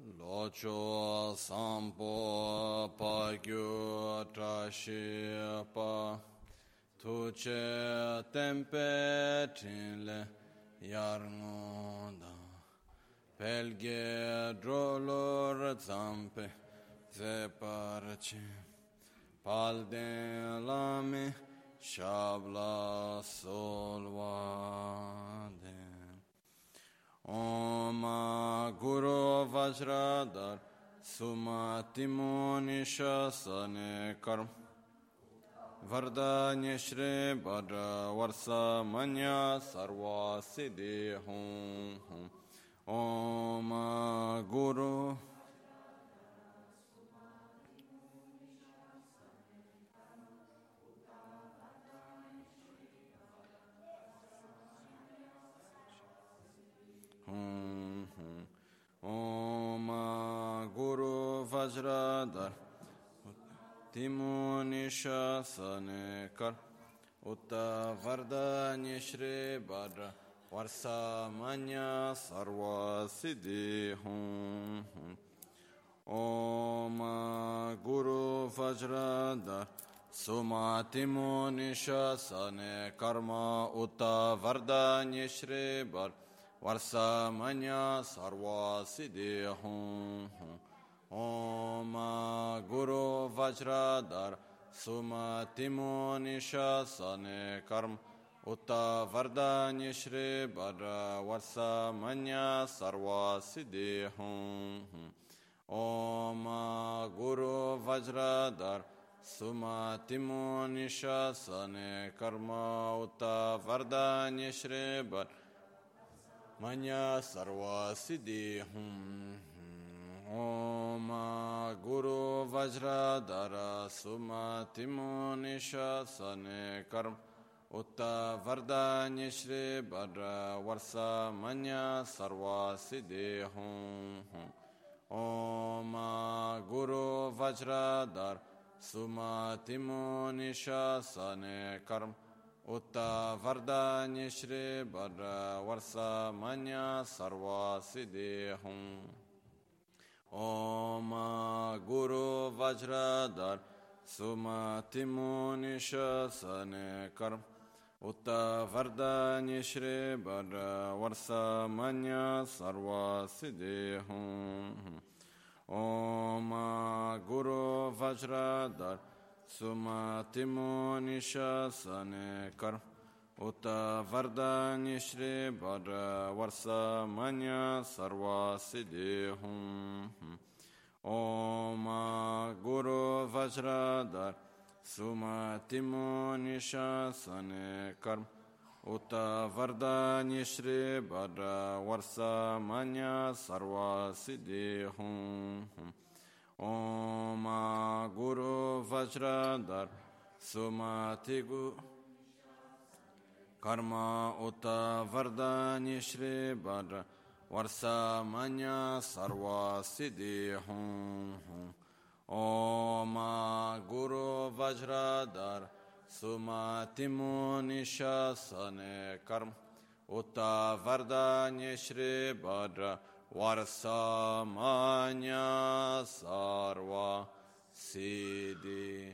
Locho sampo pa gyu trashi pa tuche tempe trinle yarngoda pelge drolor zampe zeparci palden lame shabla solvade Om Guru Vajradhar Sumatimo Nishasane Karm Vardanya Shri Bhadra Varsa Manya Sarva Siddhi Hum Om Guru Om Guru Vajradhar Timo Nishasane Kar Utta Vardanya Shri Bhadra Varsa Manya Sarva Siddhi Hum Om Guru Vajradhar Sumatimo Nishasane Karma Utta Vardanya Shri Bhadra Varsa Manya Sarva Siddhi Hum Om Guru Vajradhar Sumatimo Nishasane Karma Utta Vardanya Shri Bhadra Varsa Manya Sarva Siddhi Hum Om Guru Vajradhar Sumatimo Nishasane Karma Utta Vardanya Shri Bhadra Manya Sarva Siddhi Om Guru Vajradhara Sumatimo Nishasane Karma Utta Vardanya Shri Bhadra Varsa Manya Sarva Siddhi Om Guru Vajradhara Sumatimo Nishasane Karma Utta Vardanya Shri Bhadra Varsa Manya Sarva Siddhi Om Guru Vajradhar Sumatimo Nishasane Karma Utta Vardanya Shri Bhadra Varsa Manya Sarva Siddhi Om Guru Vajradhar Sumatimo Nishasane Karma Utta Vardanya Shri Bhadra Varsa Manya Sarva Siddhi Om Guru Vajradhar Sumatimo Nishasane Karma Utta Vardanya Shri Bhadra Varsa Manya Sarva Siddhi Om Guru Vajradhar Sumatigu Karma Utta Vardanya Shri Bhadra Varsa Manya Sarva Siddhi Om Guru Vajradhar Sumatimo Nishasane Karma Utta Vardanya Shri Bhadra Varsa Manya Sarva Siddhi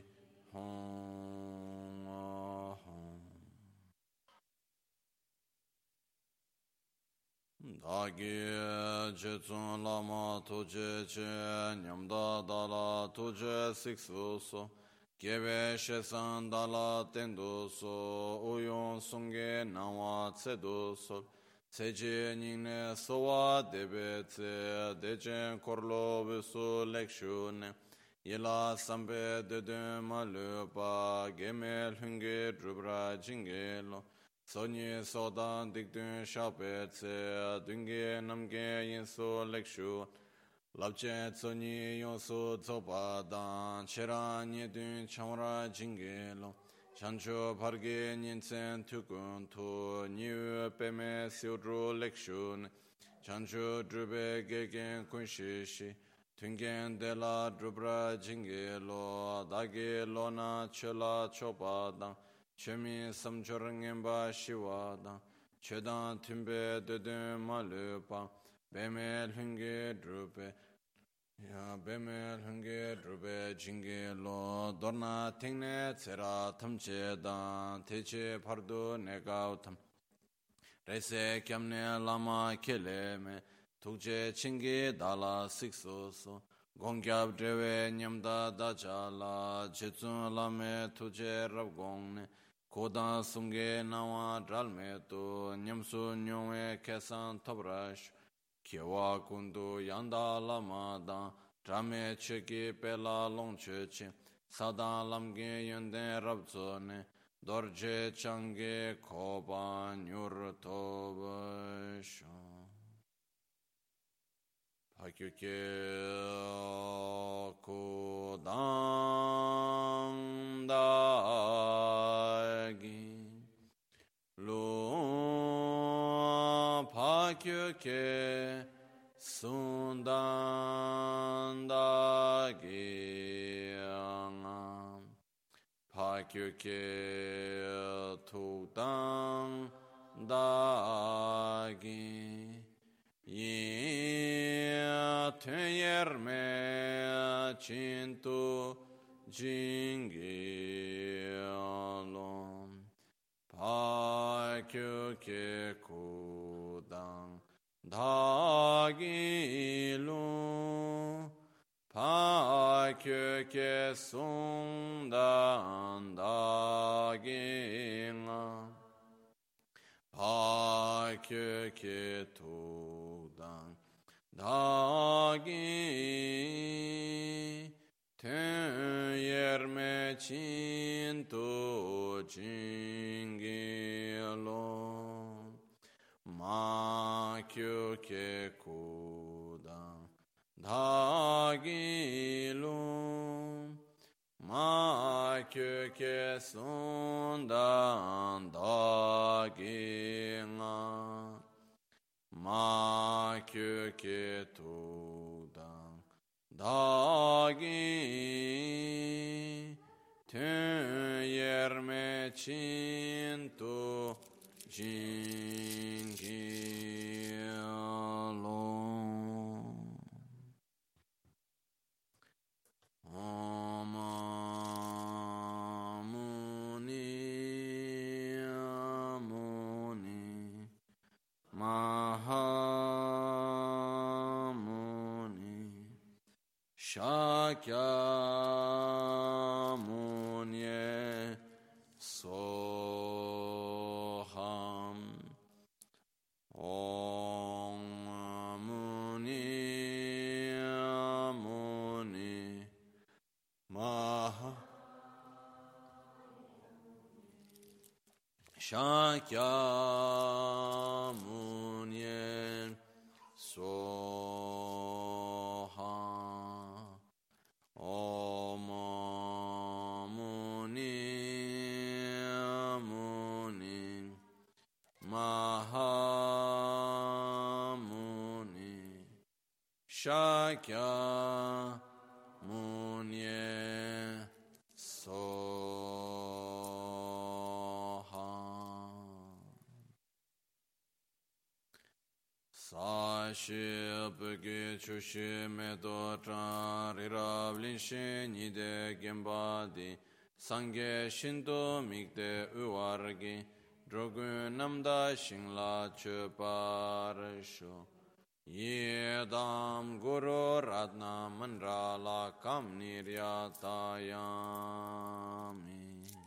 Dagi Jetsun Lama Tuje Che Nyamda Dala Tuje Siksu So Kebe Shesan Dala Tendu So Uyon Sunge Nawa Tsedu So Seje Nine Sowa Debe Tse Dejen Korlo Visu Lekshune Yela Sambe Dede Malupa Gemel Hunge Drubra Jingelo Sonye Sodan Dikdun Shape Tse Dunge Namge Yinsu Lekshu Labche Tsonye Yonsu Tsopa Dan Cheran Yedun Chamra Jingelo Chancho Parge Nyinsen Tukun Tu Nyu Peme Siudru Lekshun Chancho Drube Gegen Kunshishi Tungen Dela Drubra Jingelo Dage Lona Chela Chopadan Chemi Samchorangemba Shivadan Chedan Timbe Dedun Malupa Beme Lunge Drupe Ya beme lhange drube jinge lo dorna tengne tsera tamche dan teche pardo negaw tam Rese kyamne lama kele me tukche chinge dala sikso so Gongyab drewe nyamda dachala chetsun lame tuche rab gongne Kodan sumge nawa dralme to nyamsu nyongwe kesan tabrash Kiewa kundu yanda lama dan Drame cheki pela long chechi Sadan lamge yanden rabzo ne Dorje change koba nyur toba shan Pakyuke kudang dagi Lo pakyuke sundandagi pakyuke tudang dagi ye tuyerme chintu jingilom pakyuke kudang 다기루 파kyöke 숭단다기나 파kyöke 투당 다기 테예르메 친토 징길로 마kyöke kudan dagilu makyöke sundan dagina makyöke tudan dagi tüyerme çintu Jingilo Om Muni Muni Mahamuni Shakyamuni Soham Om Muni Muni Maha Shakyamuni Soha Om Muni Muni Mahamuni Shakyamuni Soha Sashi Bhagi Chushi Medo Rirablin Nide Gembadi Sangye Shinto Migde Uwargi Drogun Namda Shingla Chuparasho Yedam Guru Radna Mandrala Kam Niryatayami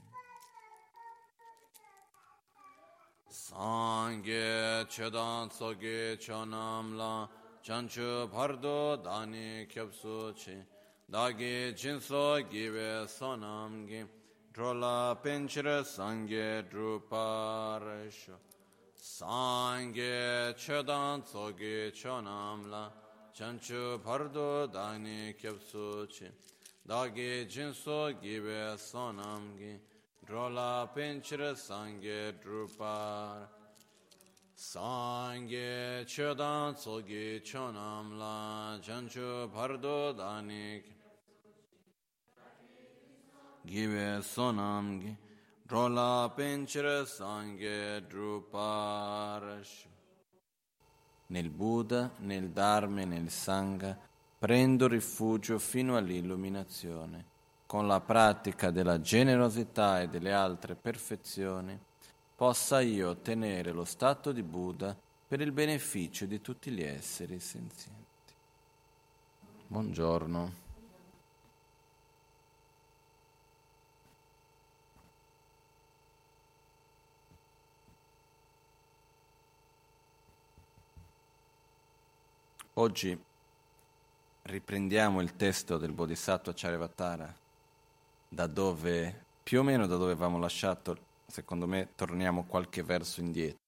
Sangye Chedan Soge Chonamla Chanchu Bhardo Dani Kyapsuchi Dagi Jinso Give Sonamgi Drola Pinchira Sangye Druparasho Sangye Chedan Soge Chonamla Chanchu Bhardo Dani Kyapsuchi Dagi Jinso Give Sonamgi Drola Pinchira Sangye Drupar Sangye Chedan Soge Chonamla Chanchu Bhardo Dani Give Sonamgi Drola Pinchira Sangye Druparash Nel Buddha, nel Dharma e nel Sangha prendo rifugio fino all'illuminazione. Con la pratica della generosità e delle altre perfezioni, possa io ottenere lo stato di Buddha per il beneficio di tutti gli esseri senzienti. Buongiorno. Oggi riprendiamo il testo del Bodhisattva Charyavatara più o meno da dove avevamo lasciato. Secondo me torniamo qualche verso indietro.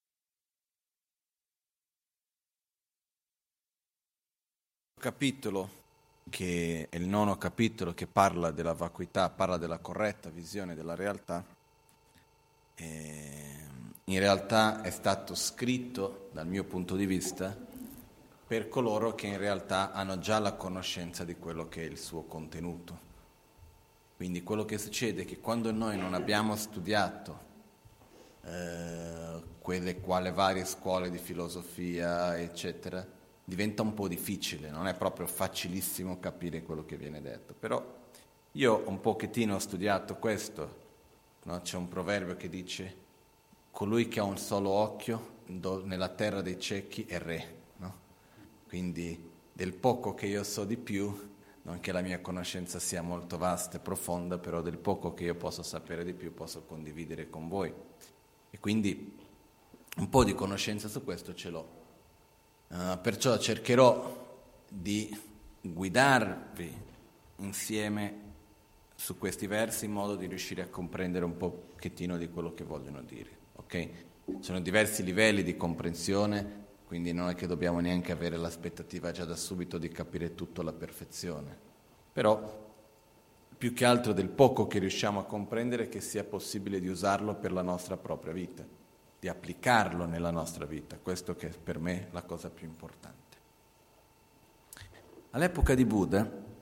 Il capitolo, che è il 9° capitolo, che parla della vacuità, parla della corretta visione della realtà, in realtà è stato scritto, dal mio punto di vista, per coloro che in realtà hanno già la conoscenza di quello che è il suo contenuto. Quindi quello che succede è che quando noi non abbiamo studiato quale varie scuole di filosofia, eccetera, diventa un po' difficile, non è proprio facilissimo capire quello che viene detto. Però io un pochettino ho studiato questo, no? C'è un proverbio che dice: colui che ha un solo occhio nella terra dei ciechi è re. Quindi del poco che io so di più, non che la mia conoscenza sia molto vasta e profonda, però del poco che io posso sapere di più posso condividere con voi. E quindi un po' di conoscenza su questo ce l'ho. Perciò cercherò di guidarvi insieme su questi versi in modo di riuscire a comprendere un pochettino di quello che vogliono dire. Ok? Sono diversi livelli di comprensione. Quindi non è che dobbiamo neanche avere l'aspettativa già da subito di capire tutto alla perfezione. Però, più che altro del poco che riusciamo a comprendere, che sia possibile di usarlo per la nostra propria vita, di applicarlo nella nostra vita. Questo che è per me la cosa più importante. All'epoca di Buddha,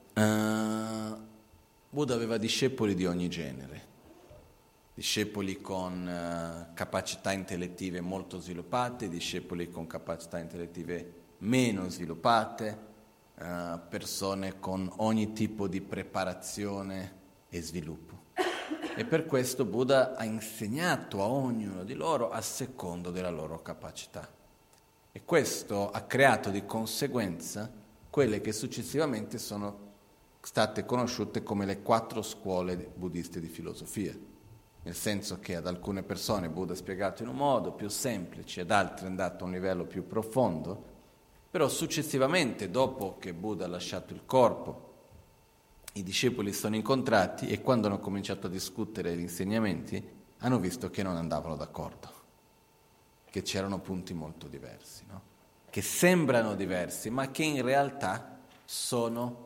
Buddha aveva discepoli di ogni genere. Discepoli con capacità intellettive molto sviluppate, discepoli con capacità intellettive meno sviluppate, persone con ogni tipo di preparazione e sviluppo. E per questo Buddha ha insegnato a ognuno di loro a secondo della loro capacità. E questo ha creato di conseguenza quelle che successivamente sono state conosciute come le 4 scuole buddiste di filosofia. Nel senso che ad alcune persone Buddha ha spiegato in un modo più semplice, ad altre è andato a un livello più profondo, però successivamente, dopo che Buddha ha lasciato il corpo, i discepoli si sono incontrati e quando hanno cominciato a discutere gli insegnamenti hanno visto che non andavano d'accordo, che c'erano punti molto diversi, no? Che sembrano diversi, ma che in realtà sono...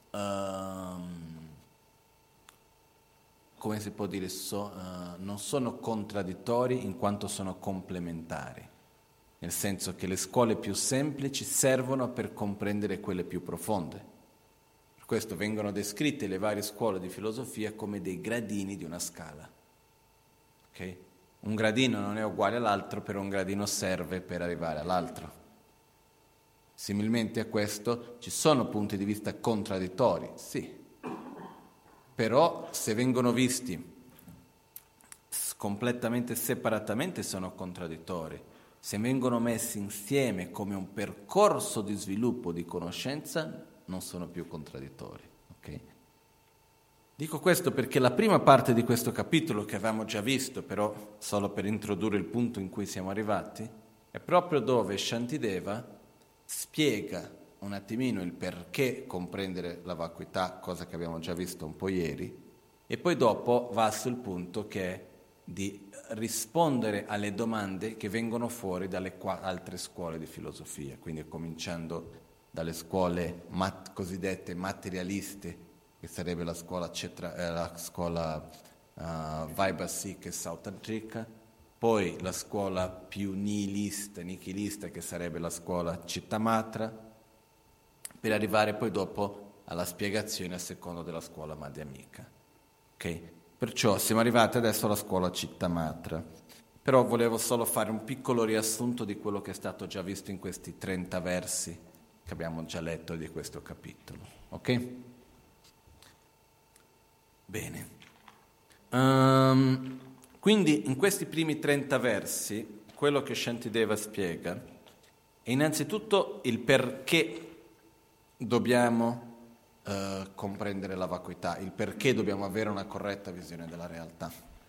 come si può dire, non sono contraddittori in quanto sono complementari, nel senso che le scuole più semplici servono per comprendere quelle più profonde. Per questo vengono descritte le varie scuole di filosofia come dei gradini di una scala. Okay? Un gradino non è uguale all'altro, però un gradino serve per arrivare all'altro. Similmente a questo ci sono punti di vista contraddittori, sì. Però se vengono visti completamente separatamente sono contraddittori. Se vengono messi insieme come un percorso di sviluppo di conoscenza non sono più contraddittori. Okay? Dico questo perché la prima parte di questo capitolo, che avevamo già visto, però solo per introdurre il punto in cui siamo arrivati, è proprio dove Shantideva spiega un attimino il perché comprendere la vacuità, cosa che abbiamo già visto un po' ieri, e poi dopo va sul punto che è di rispondere alle domande che vengono fuori dalle altre scuole di filosofia, quindi cominciando dalle scuole cosiddette materialiste, che sarebbe la scuola Vaibhasika e Sautantrika, poi la scuola più nichilista, che sarebbe la scuola Chittamatra, per arrivare poi dopo alla spiegazione a seconda della scuola Madhyamika. Okay? Perciò siamo arrivati adesso alla scuola Chittamatra, però volevo solo fare un piccolo riassunto di quello che è stato già visto in questi 30 versi che abbiamo già letto di questo capitolo. Ok? Bene. Quindi in questi primi 30 versi, quello che Shantideva spiega è innanzitutto il perché dobbiamo comprendere la vacuità, il perché dobbiamo avere una corretta visione della realtà.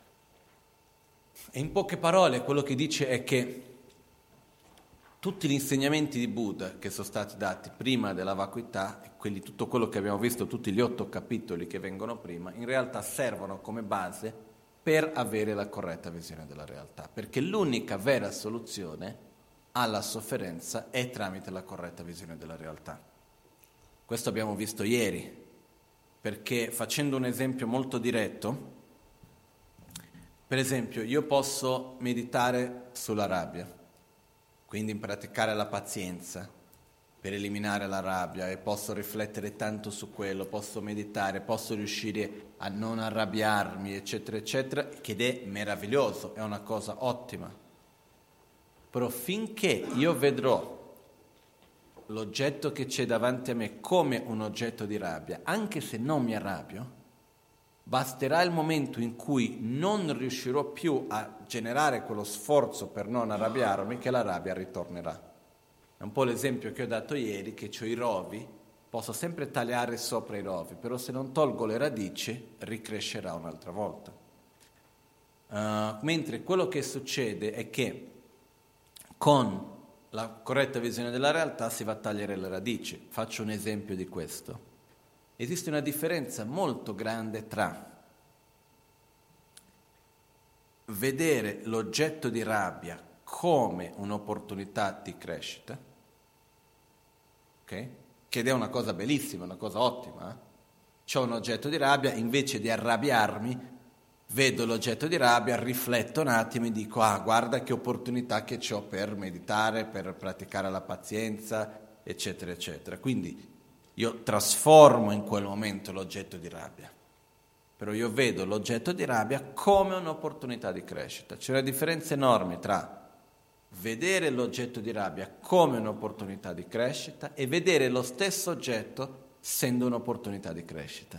E in poche parole quello che dice è che tutti gli insegnamenti di Buddha che sono stati dati prima della vacuità, e tutto quello che abbiamo visto, tutti gli 8 capitoli che vengono prima, in realtà servono come base per avere la corretta visione della realtà, perché l'unica vera soluzione alla sofferenza è tramite la corretta visione della realtà. Questo abbiamo visto ieri, perché facendo un esempio molto diretto, per esempio io posso meditare sulla rabbia, quindi praticare la pazienza per eliminare la rabbia, e posso riflettere tanto su quello, posso meditare, posso riuscire a non arrabbiarmi, eccetera, eccetera, ed è meraviglioso, è una cosa ottima. Però finché io vedrò l'oggetto che c'è davanti a me come un oggetto di rabbia, anche se non mi arrabbio, basterà il momento in cui non riuscirò più a generare quello sforzo per non arrabbiarmi, che la rabbia ritornerà. È un po' l'esempio che ho dato ieri, che ho i rovi, posso sempre tagliare sopra i rovi, però se non tolgo le radici ricrescerà un'altra volta. Mentre quello che succede è che con la corretta visione della realtà si va a tagliare le radici. Faccio un esempio di questo. Esiste una differenza molto grande tra vedere l'oggetto di rabbia come un'opportunità di crescita, okay? Che è una cosa bellissima, una cosa ottima. C'ho un oggetto di rabbia, invece di arrabbiarmi, vedo l'oggetto di rabbia, rifletto un attimo e dico, guarda che opportunità che ho per meditare, per praticare la pazienza, eccetera, eccetera. Quindi io trasformo in quel momento l'oggetto di rabbia, però io vedo l'oggetto di rabbia come un'opportunità di crescita. C'è una differenza enorme tra vedere l'oggetto di rabbia come un'opportunità di crescita e vedere lo stesso oggetto essendo un'opportunità di crescita.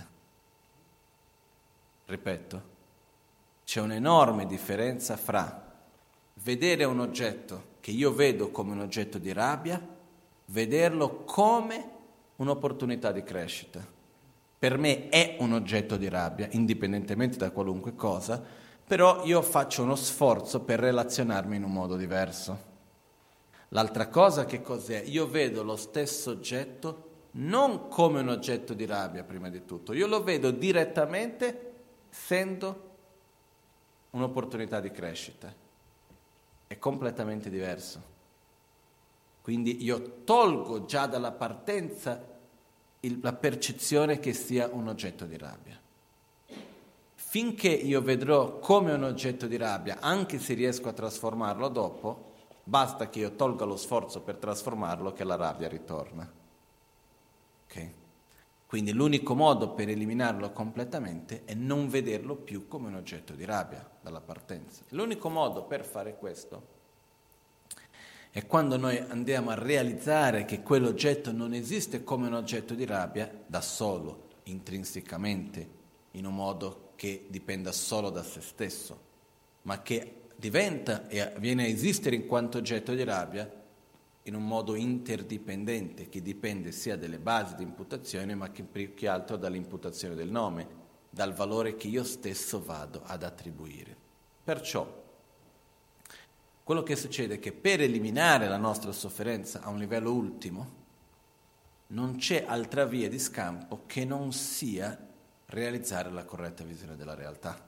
Ripeto, c'è un'enorme differenza fra vedere un oggetto che io vedo come un oggetto di rabbia, vederlo come un'opportunità di crescita. Per me è un oggetto di rabbia, indipendentemente da qualunque cosa, però io faccio uno sforzo per relazionarmi in un modo diverso. L'altra cosa che cos'è? Io vedo lo stesso oggetto non come un oggetto di rabbia, prima di tutto, io lo vedo direttamente essendo un'opportunità di crescita. È completamente diverso. Quindi io tolgo già dalla partenza la percezione che sia un oggetto di rabbia. Finché io vedrò come un oggetto di rabbia, anche se riesco a trasformarlo dopo, basta che io tolga lo sforzo per trasformarlo che la rabbia ritorna. Ok? Quindi l'unico modo per eliminarlo completamente è non vederlo più come un oggetto di rabbia dalla partenza. L'unico modo per fare questo è quando noi andiamo a realizzare che quell'oggetto non esiste come un oggetto di rabbia da solo, intrinsecamente, in un modo che dipenda solo da se stesso, ma che diventa e viene a esistere in quanto oggetto di rabbia in un modo interdipendente, che dipende sia dalle basi di imputazione, ma che più che altro dall'imputazione del nome, dal valore che io stesso vado ad attribuire. Perciò, quello che succede è che per eliminare la nostra sofferenza a un livello ultimo, non c'è altra via di scampo che non sia realizzare la corretta visione della realtà.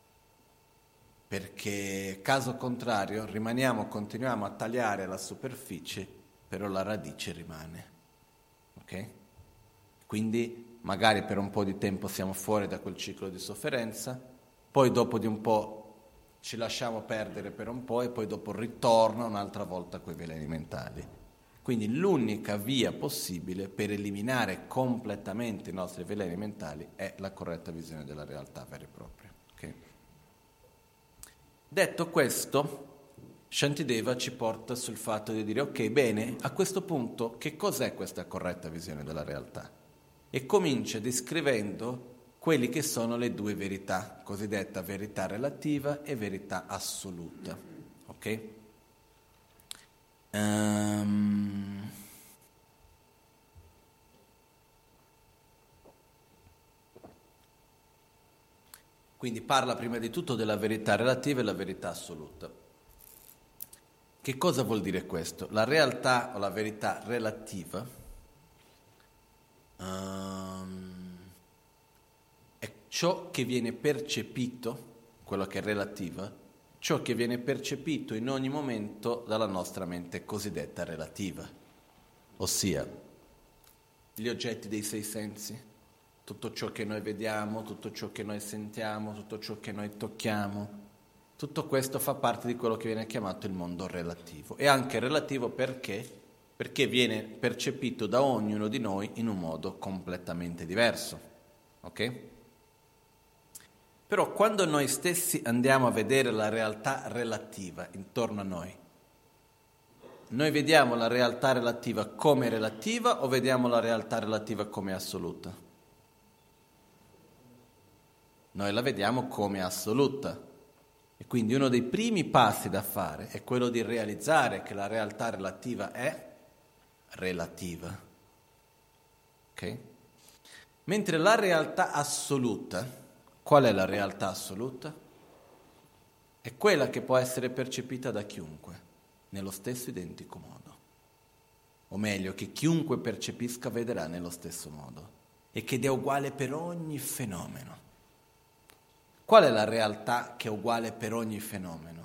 Perché, caso contrario, continuiamo a tagliare la superficie, però la radice rimane. Ok? Quindi, magari per un po' di tempo siamo fuori da quel ciclo di sofferenza, poi dopo di un po' ci lasciamo perdere per un po' e poi dopo ritorna un'altra volta quei veleni mentali. Quindi l'unica via possibile per eliminare completamente i nostri veleni mentali è la corretta visione della realtà vera e propria. Okay? Detto questo, Shantideva ci porta sul fatto di dire ok, bene, a questo punto che cos'è questa corretta visione della realtà? E comincia descrivendo quelli che sono le due verità, cosiddetta verità relativa e verità assoluta. Ok? Quindi parla prima di tutto della verità relativa e la verità assoluta. Che cosa vuol dire questo? La realtà o la verità relativa è ciò che viene percepito, quello che è relativa, ciò che viene percepito in ogni momento dalla nostra mente cosiddetta relativa, ossia gli oggetti dei sei sensi, tutto ciò che noi vediamo, tutto ciò che noi sentiamo, tutto ciò che noi tocchiamo, tutto questo fa parte di quello che viene chiamato il mondo relativo. E anche relativo perché? Perché viene percepito da ognuno di noi in un modo completamente diverso. Ok? Però quando noi stessi andiamo a vedere la realtà relativa intorno a noi vediamo la realtà relativa come relativa o vediamo la realtà relativa come assoluta? Noi la vediamo come assoluta. E quindi uno dei primi passi da fare è quello di realizzare che la realtà relativa è relativa. Ok? Mentre la realtà assoluta, qual è la realtà assoluta? È quella che può essere percepita da chiunque, nello stesso identico modo. O meglio, che chiunque percepisca vedrà nello stesso modo. E che è uguale per ogni fenomeno. Qual è la realtà che è uguale per ogni fenomeno?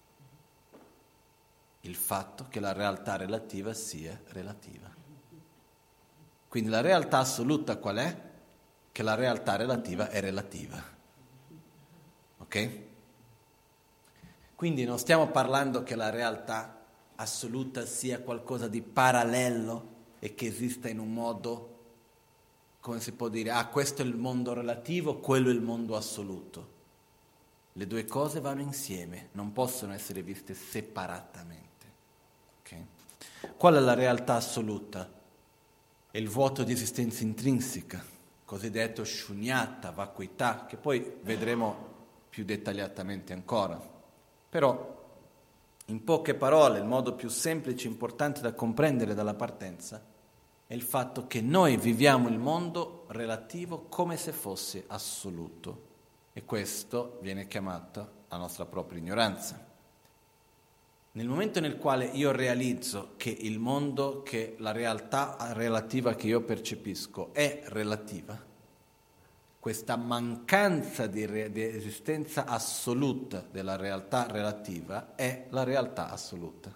Il fatto che la realtà relativa sia relativa. Quindi la realtà assoluta qual è? Che la realtà relativa è relativa. Ok? Quindi non stiamo parlando che la realtà assoluta sia qualcosa di parallelo e che esista in un modo, come si può dire, questo è il mondo relativo, quello è il mondo assoluto. Le due cose vanno insieme, non possono essere viste separatamente. Okay? Qual è la realtà assoluta? È il vuoto di esistenza intrinseca, cosiddetto shunyata, vacuità, che poi vedremo più dettagliatamente ancora. Però, in poche parole, il modo più semplice e importante da comprendere dalla partenza è il fatto che noi viviamo il mondo relativo come se fosse assoluto. E questo viene chiamata la nostra propria ignoranza. Nel momento nel quale io realizzo che il mondo, che la realtà relativa che io percepisco è relativa, questa mancanza di esistenza assoluta della realtà relativa è la realtà assoluta.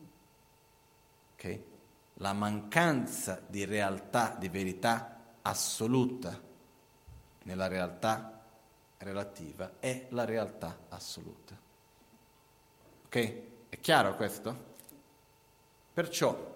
Okay? La mancanza di realtà, di verità assoluta nella realtà relativa è la realtà assoluta. Ok? È chiaro questo? Perciò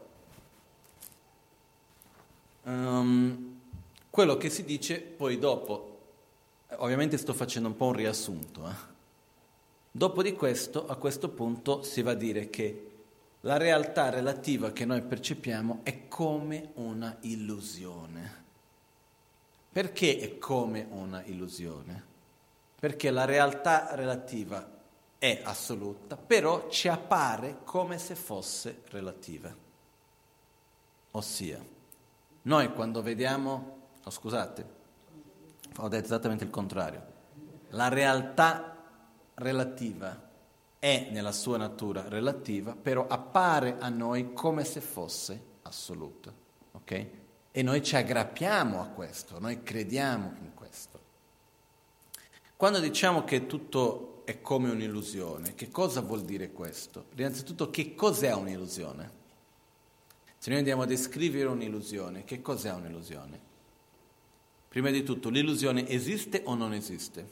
quello che si dice poi dopo, ovviamente sto facendo un po' un riassunto, dopo di questo, a questo punto si va a dire che la realtà relativa che noi percepiamo è come una illusione. Perché è come una illusione? Perché la realtà relativa è assoluta, però ci appare come se fosse relativa. Ossia, noi quando vediamo, scusate, ho detto esattamente il contrario, la realtà relativa è nella sua natura relativa, però appare a noi come se fosse assoluta, ok? E noi ci aggrappiamo a questo, noi crediamo in questo. Quando diciamo che tutto è come un'illusione, che cosa vuol dire questo? Innanzitutto, che cos'è un'illusione? Se noi andiamo a descrivere un'illusione, che cos'è un'illusione? Prima di tutto, l'illusione esiste o non esiste?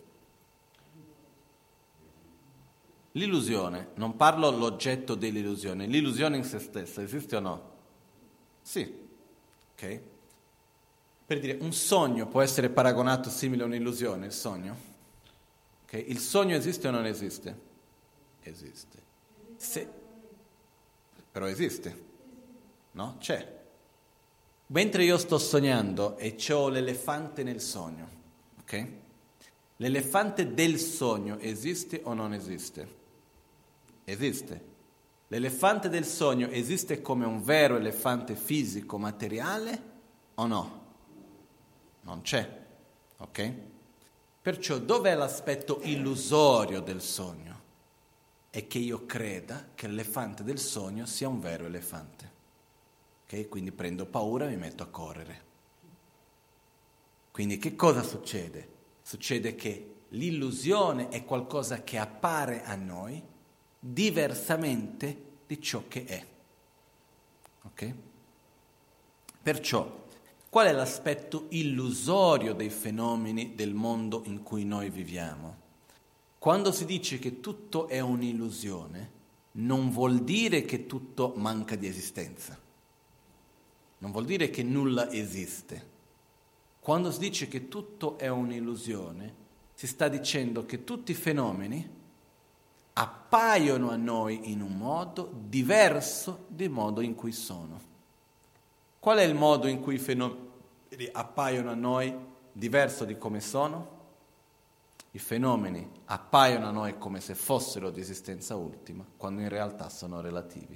L'illusione, non parlo l'oggetto dell'illusione, l'illusione in se stessa, esiste o no? Sì, ok? Per dire, un sogno può essere paragonato simile a un'illusione, il sogno? Okay? Il sogno esiste o non esiste? Esiste. Però esiste, no? C'è. Mentre io sto sognando e c'ho l'elefante nel sogno, ok? L'elefante del sogno esiste o non esiste? Esiste. L'elefante del sogno esiste come un vero elefante fisico, materiale o no? Non c'è, ok? Perciò dov'è l'aspetto illusorio del sogno? È che io creda che l'elefante del sogno sia un vero elefante. Ok? Quindi prendo paura e mi metto a correre. Quindi che cosa succede? Succede che l'illusione è qualcosa che appare a noi diversamente di ciò che è. Ok? Perciò, qual è l'aspetto illusorio dei fenomeni del mondo in cui noi viviamo? Quando si dice che tutto è un'illusione, non vuol dire che tutto manca di esistenza. Non vuol dire che nulla esiste. Quando si dice che tutto è un'illusione, si sta dicendo che tutti i fenomeni appaiono a noi in un modo diverso del modo in cui sono. Qual è il modo in cui i fenomeni appaiono a noi diverso di come sono? I fenomeni appaiono a noi come se fossero di esistenza ultima, quando in realtà sono relativi.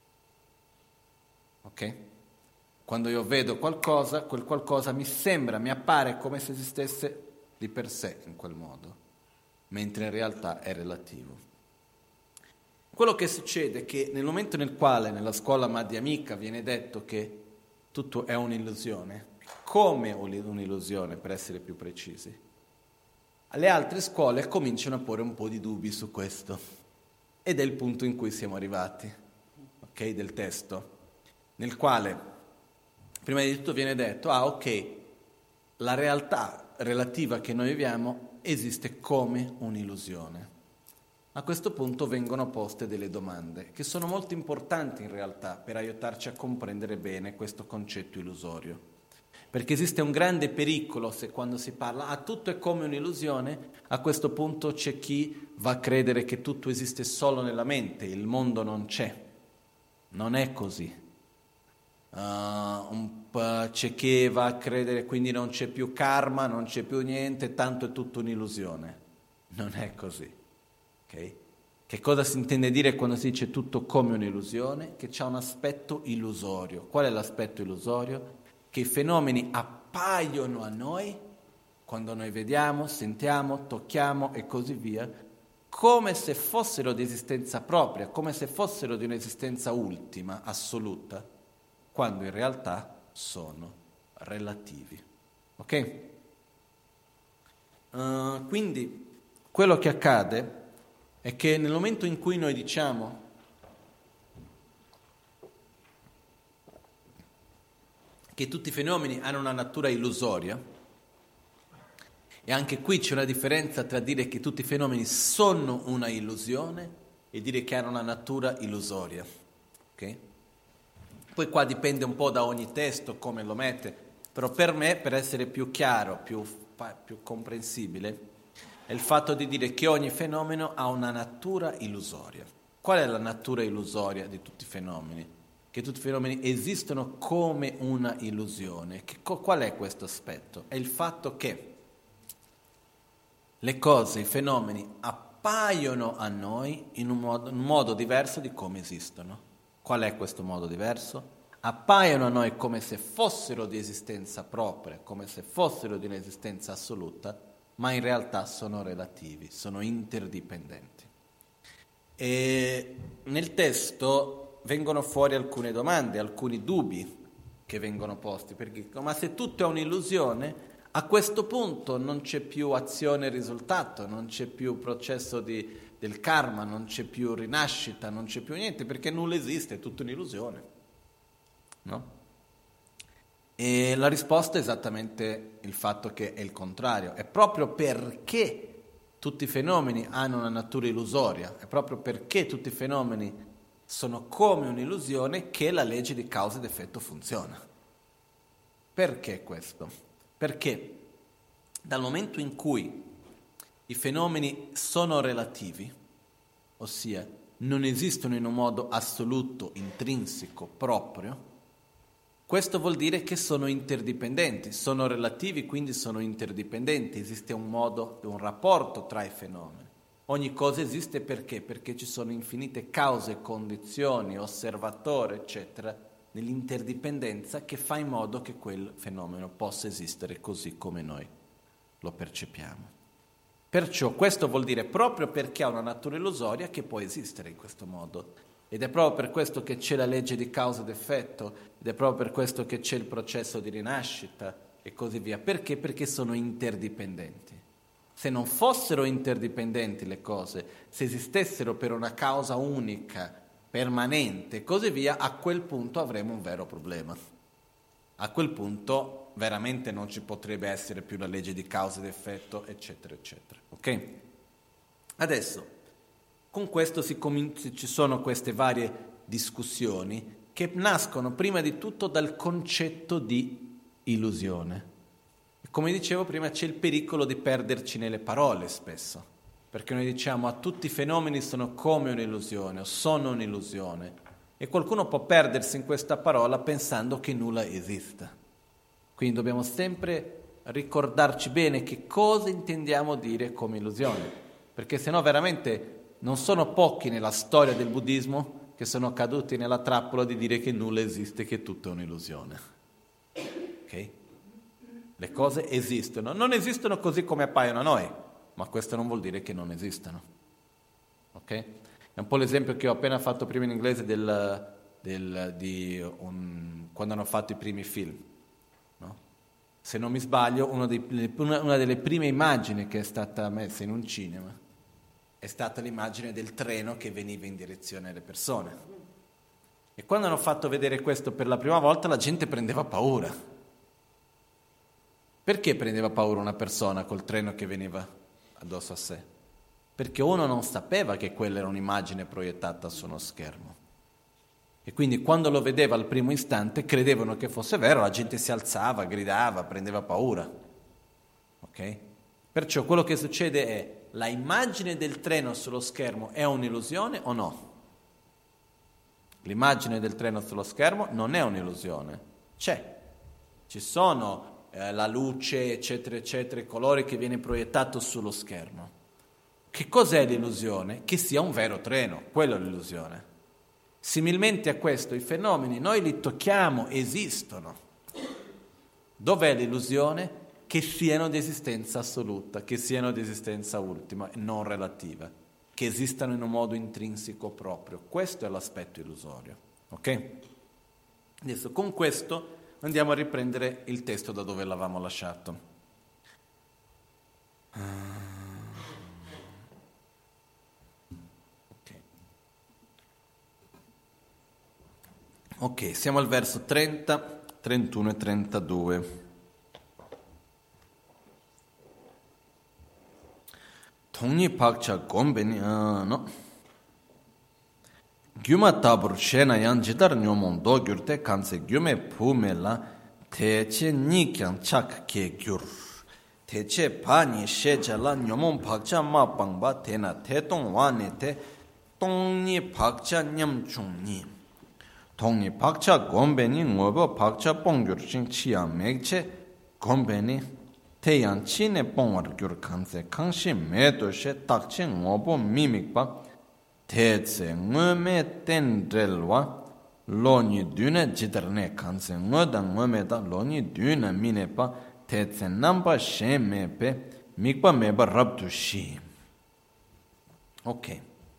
Ok? Quando io vedo qualcosa, quel qualcosa mi appare come se esistesse di per sé in quel modo, mentre in realtà è relativo. Quello che succede è che nel momento nel quale nella scuola madhyamika viene detto che tutto è un'illusione, come un'illusione per essere più precisi, le altre scuole cominciano a porre un po' di dubbi su questo, ed è il punto in cui siamo arrivati, ok, del testo, nel quale prima di tutto viene detto, ok, la realtà relativa che noi viviamo esiste come un'illusione. A questo punto vengono poste delle domande, che sono molto importanti in realtà per aiutarci a comprendere bene questo concetto illusorio. Perché esiste un grande pericolo se quando si parla, tutto è come un'illusione, a questo punto c'è chi va a credere che tutto esiste solo nella mente, il mondo non c'è. Non è così. C'è chi va a credere quindi non c'è più karma, non c'è più niente, tanto è tutto un'illusione. Non è così. Okay? Che cosa si intende dire quando si dice tutto come un'illusione? Che c'è un aspetto illusorio. Qual è l'aspetto illusorio? Che i fenomeni appaiono a noi, quando noi vediamo, sentiamo, tocchiamo e così via, come se fossero di esistenza propria, come se fossero di un'esistenza ultima, assoluta, quando in realtà sono relativi. Ok? Quindi quello che accade è che nel momento in cui noi diciamo che tutti i fenomeni hanno una natura illusoria, e anche qui c'è una differenza tra dire che tutti i fenomeni sono una illusione e dire che hanno una natura illusoria. Ok? Poi qua dipende un po' da ogni testo come lo mette, però per me, per essere più chiaro, più comprensibile, è il fatto di dire che ogni fenomeno ha una natura illusoria. Qual è la natura illusoria di tutti i fenomeni? Che tutti i fenomeni esistono come una illusione. Qual è questo aspetto? È il fatto che le cose, i fenomeni appaiono a noi in un modo diverso di come esistono. Qual è questo modo diverso? Appaiono a noi come se fossero di esistenza propria, come se fossero di un'esistenza assoluta, ma in realtà sono relativi, sono interdipendenti. E nel testo vengono fuori alcune domande, alcuni dubbi che vengono posti, perché ma se tutto è un'illusione, a questo punto non c'è più azione e risultato, non c'è più processo del karma, non c'è più rinascita, non c'è più niente, perché nulla esiste, è tutta un'illusione, no? E la risposta è esattamente il fatto che è il contrario, è proprio perché tutti i fenomeni hanno una natura illusoria, è proprio perché tutti i fenomeni sono come un'illusione che la legge di causa ed effetto funziona. Perché questo? Perché dal momento in cui i fenomeni sono relativi, ossia non esistono in un modo assoluto, intrinseco, proprio, questo vuol dire che sono interdipendenti, sono relativi, quindi sono interdipendenti, esiste un modo, un rapporto tra i fenomeni. Ogni cosa esiste perché? Perché ci sono infinite cause, condizioni, osservatore, eccetera, nell'interdipendenza che fa in modo che quel fenomeno possa esistere così come noi lo percepiamo. Perciò questo vuol dire proprio perché ha una natura illusoria che può esistere in questo modo. Ed è proprio per questo che c'è la legge di causa ed effetto, ed è proprio per questo che c'è il processo di rinascita e così via. Perché? Perché sono interdipendenti. Se non fossero interdipendenti le cose, se esistessero per una causa unica, permanente e così via, a quel punto avremo un vero problema. A quel punto veramente non ci potrebbe essere più la legge di causa ed effetto, eccetera, eccetera. Ok? Adesso, con questo ci sono queste varie discussioni che nascono prima di tutto dal concetto di illusione. Come dicevo prima, c'è il pericolo di perderci nelle parole spesso, perché noi diciamo a tutti i fenomeni sono come un'illusione o sono un'illusione, e qualcuno può perdersi in questa parola pensando che nulla esista. Quindi dobbiamo sempre ricordarci bene che cosa intendiamo dire come illusione, perché sennò veramente non sono pochi nella storia del buddismo che sono caduti nella trappola di dire che nulla esiste, che tutto è un'illusione. Ok? Le cose esistono, non esistono così come appaiono a noi, ma questo non vuol dire che non esistano. Ok? È un po' l'esempio che ho appena fatto prima in inglese quando hanno fatto i primi film. No? Se non mi sbaglio, una delle prime immagini che è stata messa in un cinema è stata l'immagine del treno che veniva in direzione alle persone. E quando hanno fatto vedere questo per la prima volta la gente prendeva paura. Perché prendeva paura una persona col treno che veniva addosso a sé? Perché uno non sapeva che quella era un'immagine proiettata su uno schermo. E quindi quando lo vedeva al primo istante credevano che fosse vero, la gente si alzava, gridava, prendeva paura. Ok? Perciò quello che succede è: la immagine del treno sullo schermo è un'illusione o no? L'immagine del treno sullo schermo non è un'illusione, c'è. Ci sono la luce, eccetera, eccetera, i colori che viene proiettato sullo schermo. Che cos'è l'illusione? Che sia un vero treno, quello è l'illusione. Similmente a questo, i fenomeni noi li tocchiamo, esistono. Dov'è l'illusione? Che siano di esistenza assoluta, che siano di esistenza ultima e non relativa, che esistano in un modo intrinseco proprio. Questo è l'aspetto illusorio. Ok? Adesso con questo andiamo a riprendere il testo da dove l'avevamo lasciato. Ok, siamo al verso 30, 31 e 32. Tongni pakcha gombeni no. Gyuma tabur shena yang jidar nyomon do gyurte kanse gyume pume la teche nikyang chak ke gyur. Teche pani sheja la nyomon pakcha ma pangba tena tetong wane te tongni pakcha nyam chungni. Tongni pakcha gombeni ngobo pakcha pongyur ching chiya megche gombeni 태양 치네 뽕을 규르 칸세 강시 매도셰 딱치 ngobo mimikpa tetse ngome tendelwa loni dune jidarne kanse ngoda ngome da loni dune minepa tetse namba shemepe mikpa meba rabdu shi. Ok.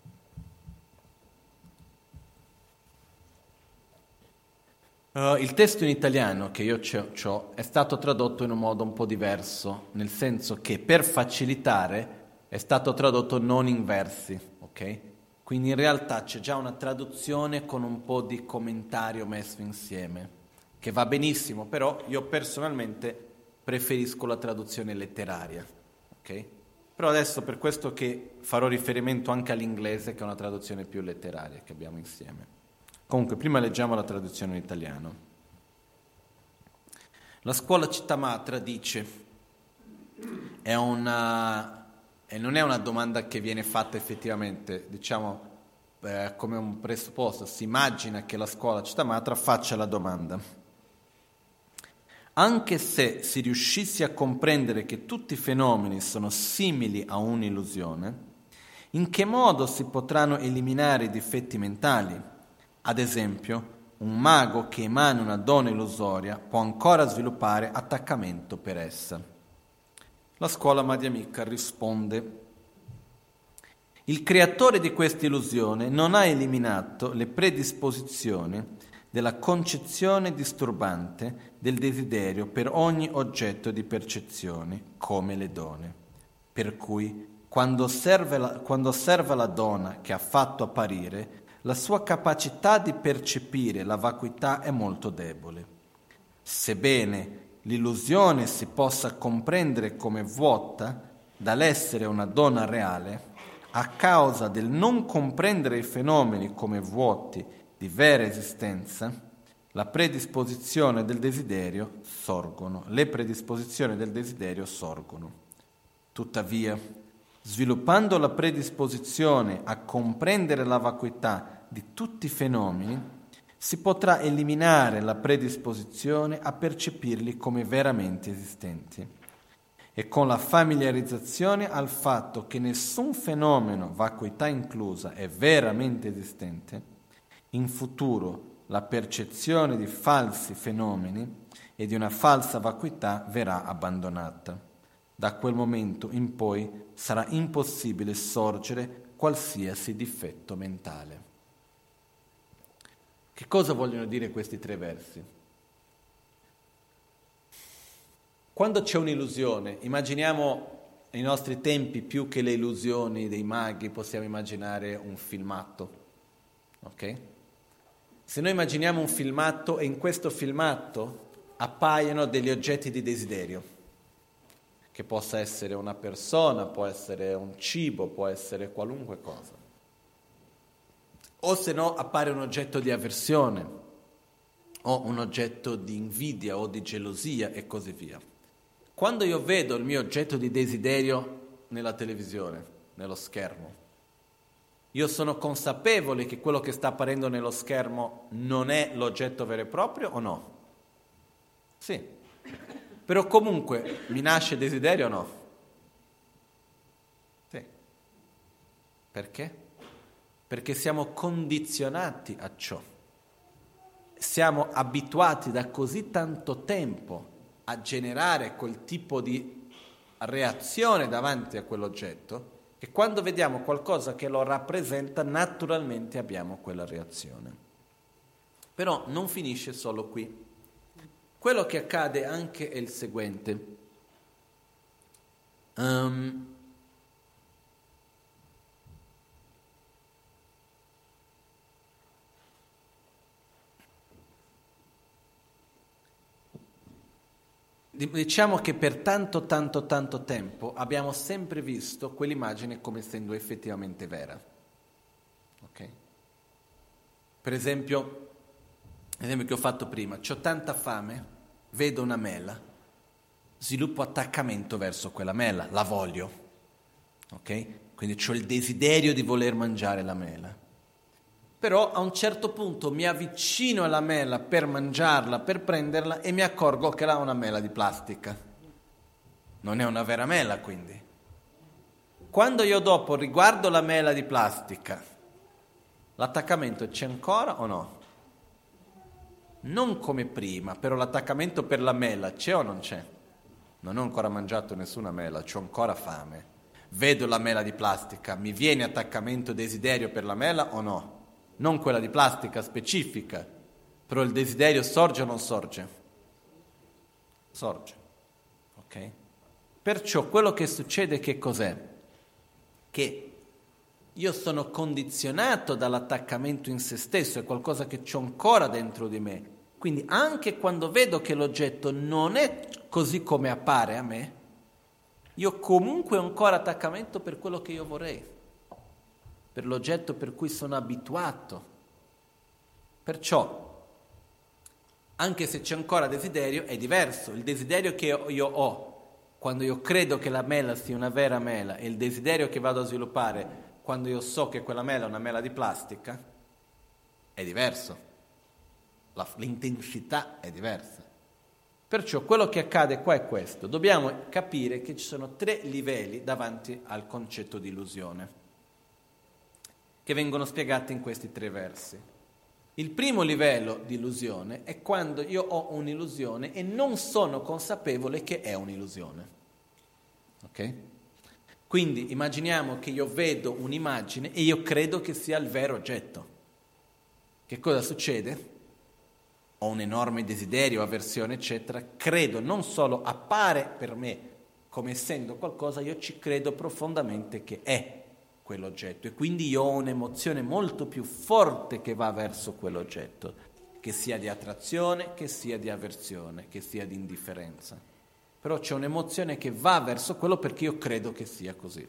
Il testo in italiano che io c'ho è stato tradotto in un modo un po' diverso, nel senso che per facilitare è stato tradotto non in versi, ok? Quindi in realtà c'è già una traduzione con un po' di commentario messo insieme, che va benissimo, però io personalmente preferisco la traduzione letteraria, ok? Però adesso per questo che farò riferimento anche all'inglese, che è una traduzione più letteraria che abbiamo insieme. Comunque, prima leggiamo la traduzione in italiano. La scuola Chittamatra dice, e non è una domanda che viene fatta effettivamente, diciamo, come un presupposto, si immagina che la scuola Chittamatra faccia la domanda: anche se si riuscisse a comprendere che tutti i fenomeni sono simili a un'illusione, in che modo si potranno eliminare i difetti mentali? Ad esempio, un mago che emana una donna illusoria può ancora sviluppare attaccamento per essa. La scuola Madhyamika risponde: il creatore di questa illusione non ha eliminato le predisposizioni della concezione disturbante del desiderio per ogni oggetto di percezione, come le donne. Per cui, quando osserva la donna che ha fatto apparire, la sua capacità di percepire la vacuità è molto debole. Sebbene l'illusione si possa comprendere come vuota dall'essere una donna reale, a causa del non comprendere i fenomeni come vuoti di vera esistenza, le predisposizioni del desiderio sorgono. Tuttavia, sviluppando la predisposizione a comprendere la vacuità di tutti i fenomeni, si potrà eliminare la predisposizione a percepirli come veramente esistenti. E con la familiarizzazione al fatto che nessun fenomeno, vacuità inclusa, è veramente esistente, in futuro la percezione di falsi fenomeni e di una falsa vacuità verrà abbandonata. Da quel momento in poi sarà impossibile sorgere qualsiasi difetto mentale. Che cosa vogliono dire questi 3 versi? Quando c'è un'illusione, immaginiamo nei nostri tempi, più che le illusioni dei maghi, possiamo immaginare un filmato, ok? Se noi immaginiamo un filmato e in questo filmato appaiono degli oggetti di desiderio, che possa essere una persona, può essere un cibo, può essere qualunque cosa, o se no appare un oggetto di avversione, o un oggetto di invidia o di gelosia e così via. Quando io vedo il mio oggetto di desiderio nella televisione, nello schermo, io sono consapevole che quello che sta apparendo nello schermo non è l'oggetto vero e proprio o no? Sì. Però comunque mi nasce desiderio o no? Sì. Perché? Perché siamo condizionati a ciò. Siamo abituati da così tanto tempo a generare quel tipo di reazione davanti a quell'oggetto che quando vediamo qualcosa che lo rappresenta naturalmente abbiamo quella reazione. Però non finisce solo qui. Quello che accade anche è il seguente. Diciamo che per tanto tempo abbiamo sempre visto quell'immagine come essendo effettivamente vera. Ok? Per esempio che ho fatto prima, c'ho tanta fame, vedo una mela, sviluppo attaccamento verso quella mela, la voglio. Ok? Quindi c'ho il desiderio di voler mangiare la mela. Però a un certo punto mi avvicino alla mela per mangiarla, per prenderla e mi accorgo che là è una mela di plastica. Non è una vera mela, quindi. Quando io dopo riguardo la mela di plastica, l'attaccamento c'è ancora o no? Non come prima, però l'attaccamento per la mela c'è o non c'è? Non ho ancora mangiato nessuna mela, c'ho ancora fame. Vedo la mela di plastica, mi viene attaccamento desiderio per la mela o no? Non quella di plastica specifica, però il desiderio sorge o non sorge? Sorge, ok? Perciò quello che succede che cos'è? Che io sono condizionato dall'attaccamento in se stesso, è qualcosa che c'ho ancora dentro di me. Quindi anche quando vedo che l'oggetto non è così come appare a me, io comunque ho ancora attaccamento per quello che io vorrei, per l'oggetto per cui sono abituato. Perciò, anche se c'è ancora desiderio, è diverso. Il desiderio che io ho quando io credo che la mela sia una vera mela e il desiderio che vado a sviluppare quando io so che quella mela è una mela di plastica, è diverso. L'intensità è diversa. Perciò quello che accade qua è questo. Dobbiamo capire che ci sono 3 livelli davanti al concetto di illusione, che vengono spiegati in questi 3 versi. Il primo livello di illusione è quando io ho un'illusione e non sono consapevole che è un'illusione. Ok? Quindi immaginiamo che io vedo un'immagine e io credo che sia il vero oggetto. Che cosa succede? Ho un enorme desiderio, avversione, eccetera. Credo, non solo appare per me come essendo qualcosa, io ci credo profondamente che è quell'oggetto. E quindi io ho un'emozione molto più forte che va verso quell'oggetto, che sia di attrazione, che sia di avversione, che sia di indifferenza. Però c'è un'emozione che va verso quello perché io credo che sia così.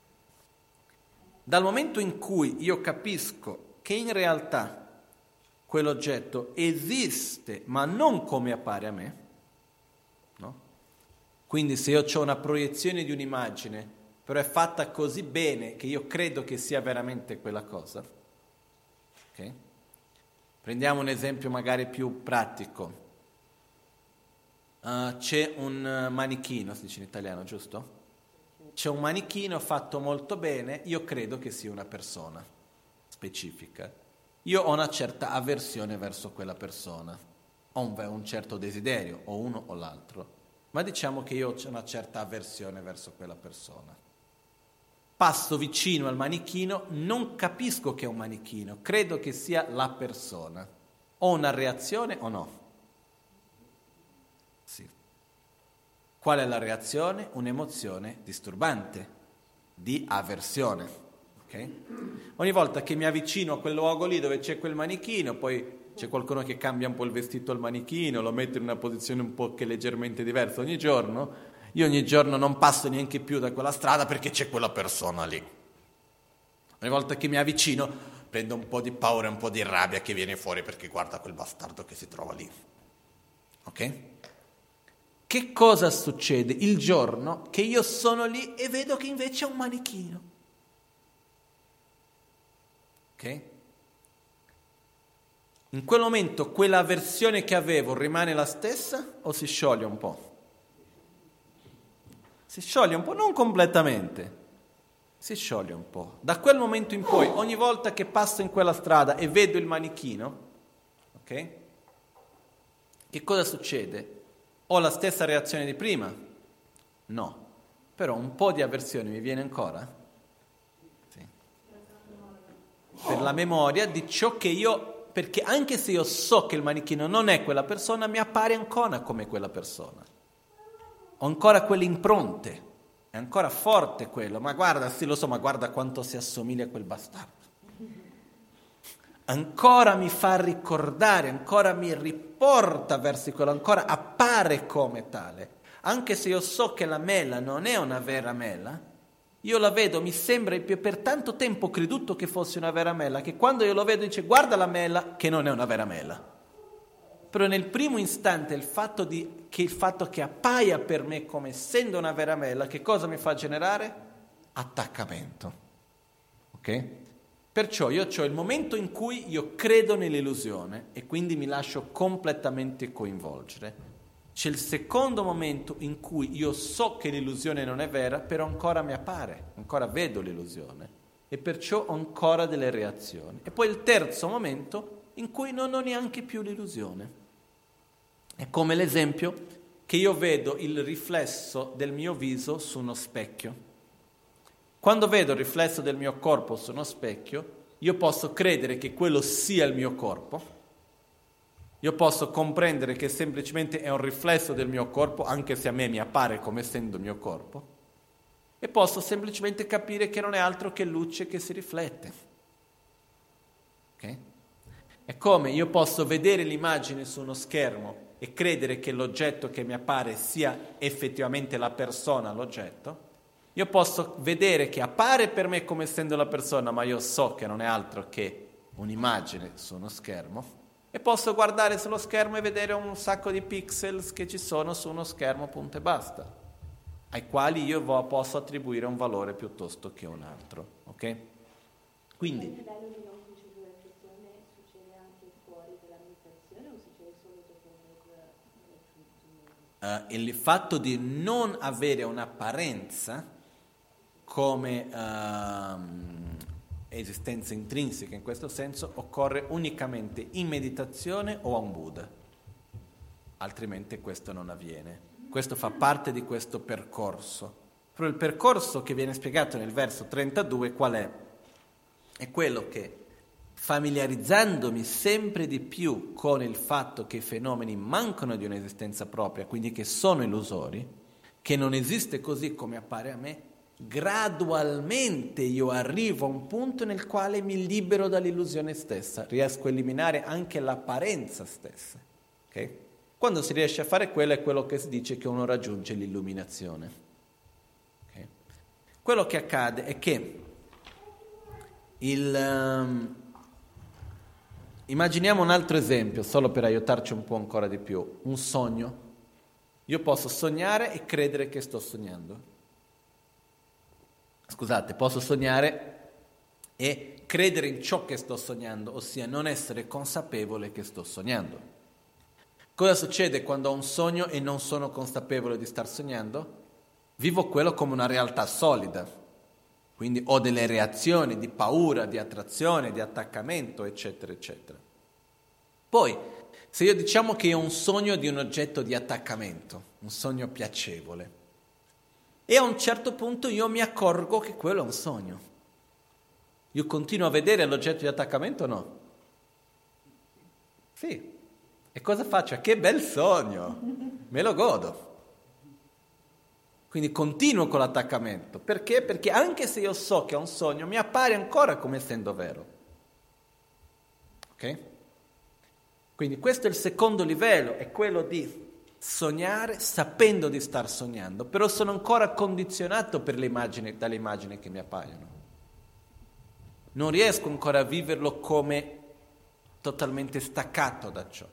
Dal momento in cui io capisco che in realtà quell'oggetto esiste, ma non come appare a me, no? Quindi se io ho una proiezione di un'immagine, però è fatta così bene che io credo che sia veramente quella cosa. Okay? Prendiamo un esempio magari più pratico. C'è un manichino, si dice in italiano, giusto? C'è un manichino fatto molto bene, io credo che sia una persona specifica. Io ho una certa avversione verso quella persona, ho un certo desiderio, o uno o l'altro, ma diciamo che io ho una certa avversione verso quella persona. Passo vicino al manichino, non capisco che è un manichino, credo che sia la persona. Ho una reazione o no? Sì. Qual è la reazione? Un'emozione disturbante, di avversione. Okay? Ogni volta che mi avvicino a quel luogo lì dove c'è quel manichino, poi c'è qualcuno che cambia un po' il vestito al manichino, lo mette in una posizione un po' che leggermente diversa ogni giorno, io ogni giorno non passo neanche più da quella strada perché c'è quella persona lì. Ogni volta che mi avvicino prendo un po' di paura e un po' di rabbia che viene fuori perché guarda quel bastardo che si trova lì. Ok? Che cosa succede il giorno che io sono lì e vedo che invece è un manichino? Ok? In quel momento quella avversione che avevo rimane la stessa o si scioglie un po'? Si scioglie un po', non completamente, si scioglie un po'. Da quel momento in poi, ogni volta che passo in quella strada e vedo il manichino, ok? Che cosa succede? Ho la stessa reazione di prima? No, però un po' di avversione mi viene ancora? Sì. Per la memoria di ciò che io, perché anche se io so che il manichino non è quella persona, mi appare ancora come quella persona. Ho ancora quelle impronte, è ancora forte quello, ma guarda, sì lo so, ma guarda quanto si assomiglia a quel bastardo. Ancora mi fa ricordare, ancora mi riporta verso quello, ancora appare come tale. Anche se io so che la mela non è una vera mela, io la vedo, mi sembra, per tanto tempo ho creduto che fosse una vera mela, che quando io lo vedo dice guarda la mela che non è una vera mela. Però nel primo istante il fatto che appaia per me come essendo una vera mela, che cosa mi fa generare? Attaccamento. Ok? Perciò io ho il momento in cui io credo nell'illusione e quindi mi lascio completamente coinvolgere. C'è il secondo momento in cui io so che l'illusione non è vera, però ancora mi appare, ancora vedo l'illusione e perciò ho ancora delle reazioni. E poi il terzo momento in cui non ho neanche più l'illusione. È come l'esempio che io vedo il riflesso del mio viso su uno specchio. Quando vedo il riflesso del mio corpo su uno specchio, io posso credere che quello sia il mio corpo, io posso comprendere che semplicemente è un riflesso del mio corpo, anche se a me mi appare come essendo il mio corpo, e posso semplicemente capire che non è altro che luce che si riflette. Ok? È come io posso vedere l'immagine su uno schermo e credere che l'oggetto che mi appare sia effettivamente la persona, l'oggetto. Io posso vedere che appare per me come essendo la persona, ma io so che non è altro che un'immagine su uno schermo. E posso guardare sullo schermo e vedere un sacco di pixels che ci sono su uno schermo, punto e basta, ai quali io posso attribuire un valore piuttosto che un altro. Ok? Quindi, il livello di non concentrazione succede anche fuori della meditazione o succede solo dopo il fatto di non avere un'apparenza come esistenza intrinseca in questo senso occorre unicamente in meditazione o a un Buddha, altrimenti questo non avviene. Questo fa parte di questo percorso. Però il percorso che viene spiegato nel verso 32 qual è? È quello che, familiarizzandomi sempre di più con il fatto che i fenomeni mancano di un'esistenza propria, quindi che sono illusori, che non esiste così come appare a me, gradualmente io arrivo a un punto nel quale mi libero dall'illusione stessa, riesco a eliminare anche l'apparenza stessa. Okay? Quando si riesce a fare quello è quello che si dice che uno raggiunge l'illuminazione. Okay? Quello che accade è che immaginiamo un altro esempio, solo per aiutarci un po' ancora di più, un sogno. Io posso sognare e credere che sto sognando. Scusate, posso sognare e credere in ciò che sto sognando, ossia non essere consapevole che sto sognando. Cosa succede quando ho un sogno e non sono consapevole di star sognando? Vivo quello come una realtà solida. Quindi ho delle reazioni di paura, di attrazione, di attaccamento, eccetera, eccetera. Poi, se io diciamo che ho un sogno di un oggetto di attaccamento, un sogno piacevole, e a un certo punto io mi accorgo che quello è un sogno. Io continuo a vedere l'oggetto di attaccamento o no? Sì. E cosa faccio? Che bel sogno! Me lo godo. Quindi continuo con l'attaccamento. Perché? Perché anche se io so che è un sogno, mi appare ancora come essendo vero. Ok? Quindi questo è il secondo livello, è quello di sognare sapendo di star sognando, però sono ancora condizionato per dalle immagini che mi appaiono. Non riesco ancora a viverlo come totalmente staccato da ciò.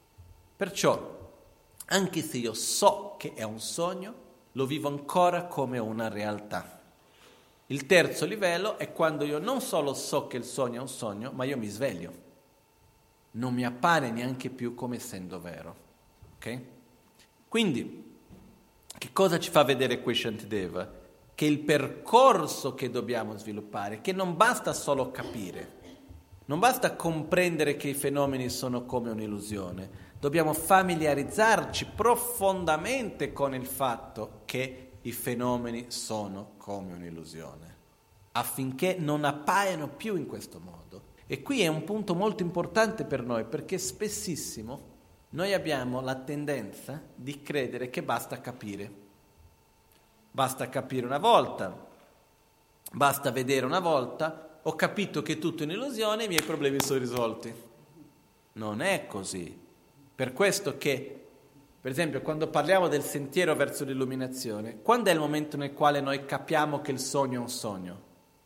Perciò, anche se io so che è un sogno, lo vivo ancora come una realtà. Il terzo livello è quando io non solo so che il sogno è un sogno, ma io mi sveglio. Non mi appare neanche più come essendo vero. Ok? Quindi, che cosa ci fa vedere qui Shantideva? Che il percorso che dobbiamo sviluppare, che non basta solo capire, non basta comprendere che i fenomeni sono come un'illusione, dobbiamo familiarizzarci profondamente con il fatto che i fenomeni sono come un'illusione, affinché non appaiano più in questo modo. E qui è un punto molto importante per noi, perché spessissimo noi abbiamo la tendenza di credere che basta capire. Basta capire una volta, basta vedere una volta, ho capito che è tutto un'illusione e i miei problemi sono risolti. Non è così. Per questo che, per esempio, quando parliamo del sentiero verso l'illuminazione, quando è il momento nel quale noi capiamo che il sogno è un sogno?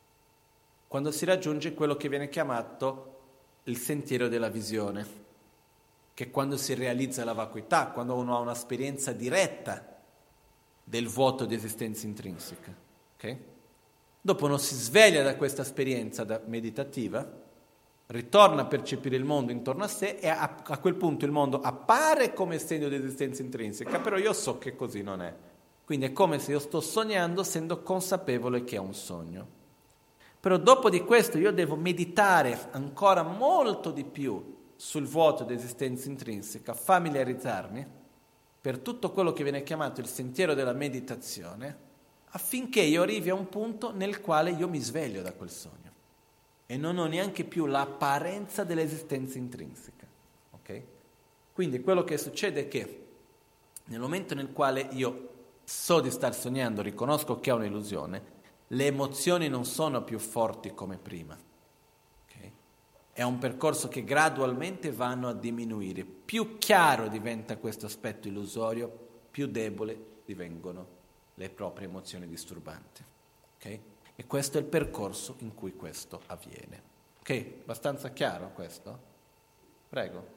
Quando si raggiunge quello che viene chiamato il sentiero della visione, che è quando si realizza la vacuità, quando uno ha un'esperienza diretta del vuoto di esistenza intrinseca. Okay? Dopo uno si sveglia da questa esperienza meditativa, ritorna a percepire il mondo intorno a sé e a quel punto il mondo appare come segno di esistenza intrinseca, però io so che così non è. Quindi è come se io sto sognando essendo consapevole che è un sogno. Però dopo di questo io devo meditare ancora molto di più sul vuoto di esistenza intrinseca, familiarizzarmi per tutto quello che viene chiamato il sentiero della meditazione, affinché io arrivi a un punto nel quale io mi sveglio da quel sogno e non ho neanche più l'apparenza dell'esistenza intrinseca. Okay? Quindi quello che succede è che nel momento nel quale io so di star sognando, riconosco che è un'illusione, le emozioni non sono più forti come prima. Okay? È un percorso che gradualmente vanno a diminuire. Più chiaro diventa questo aspetto illusorio, più debole divengono le proprie emozioni disturbanti. Okay? E questo è il percorso in cui questo avviene. Ok? Abbastanza chiaro questo? Prego.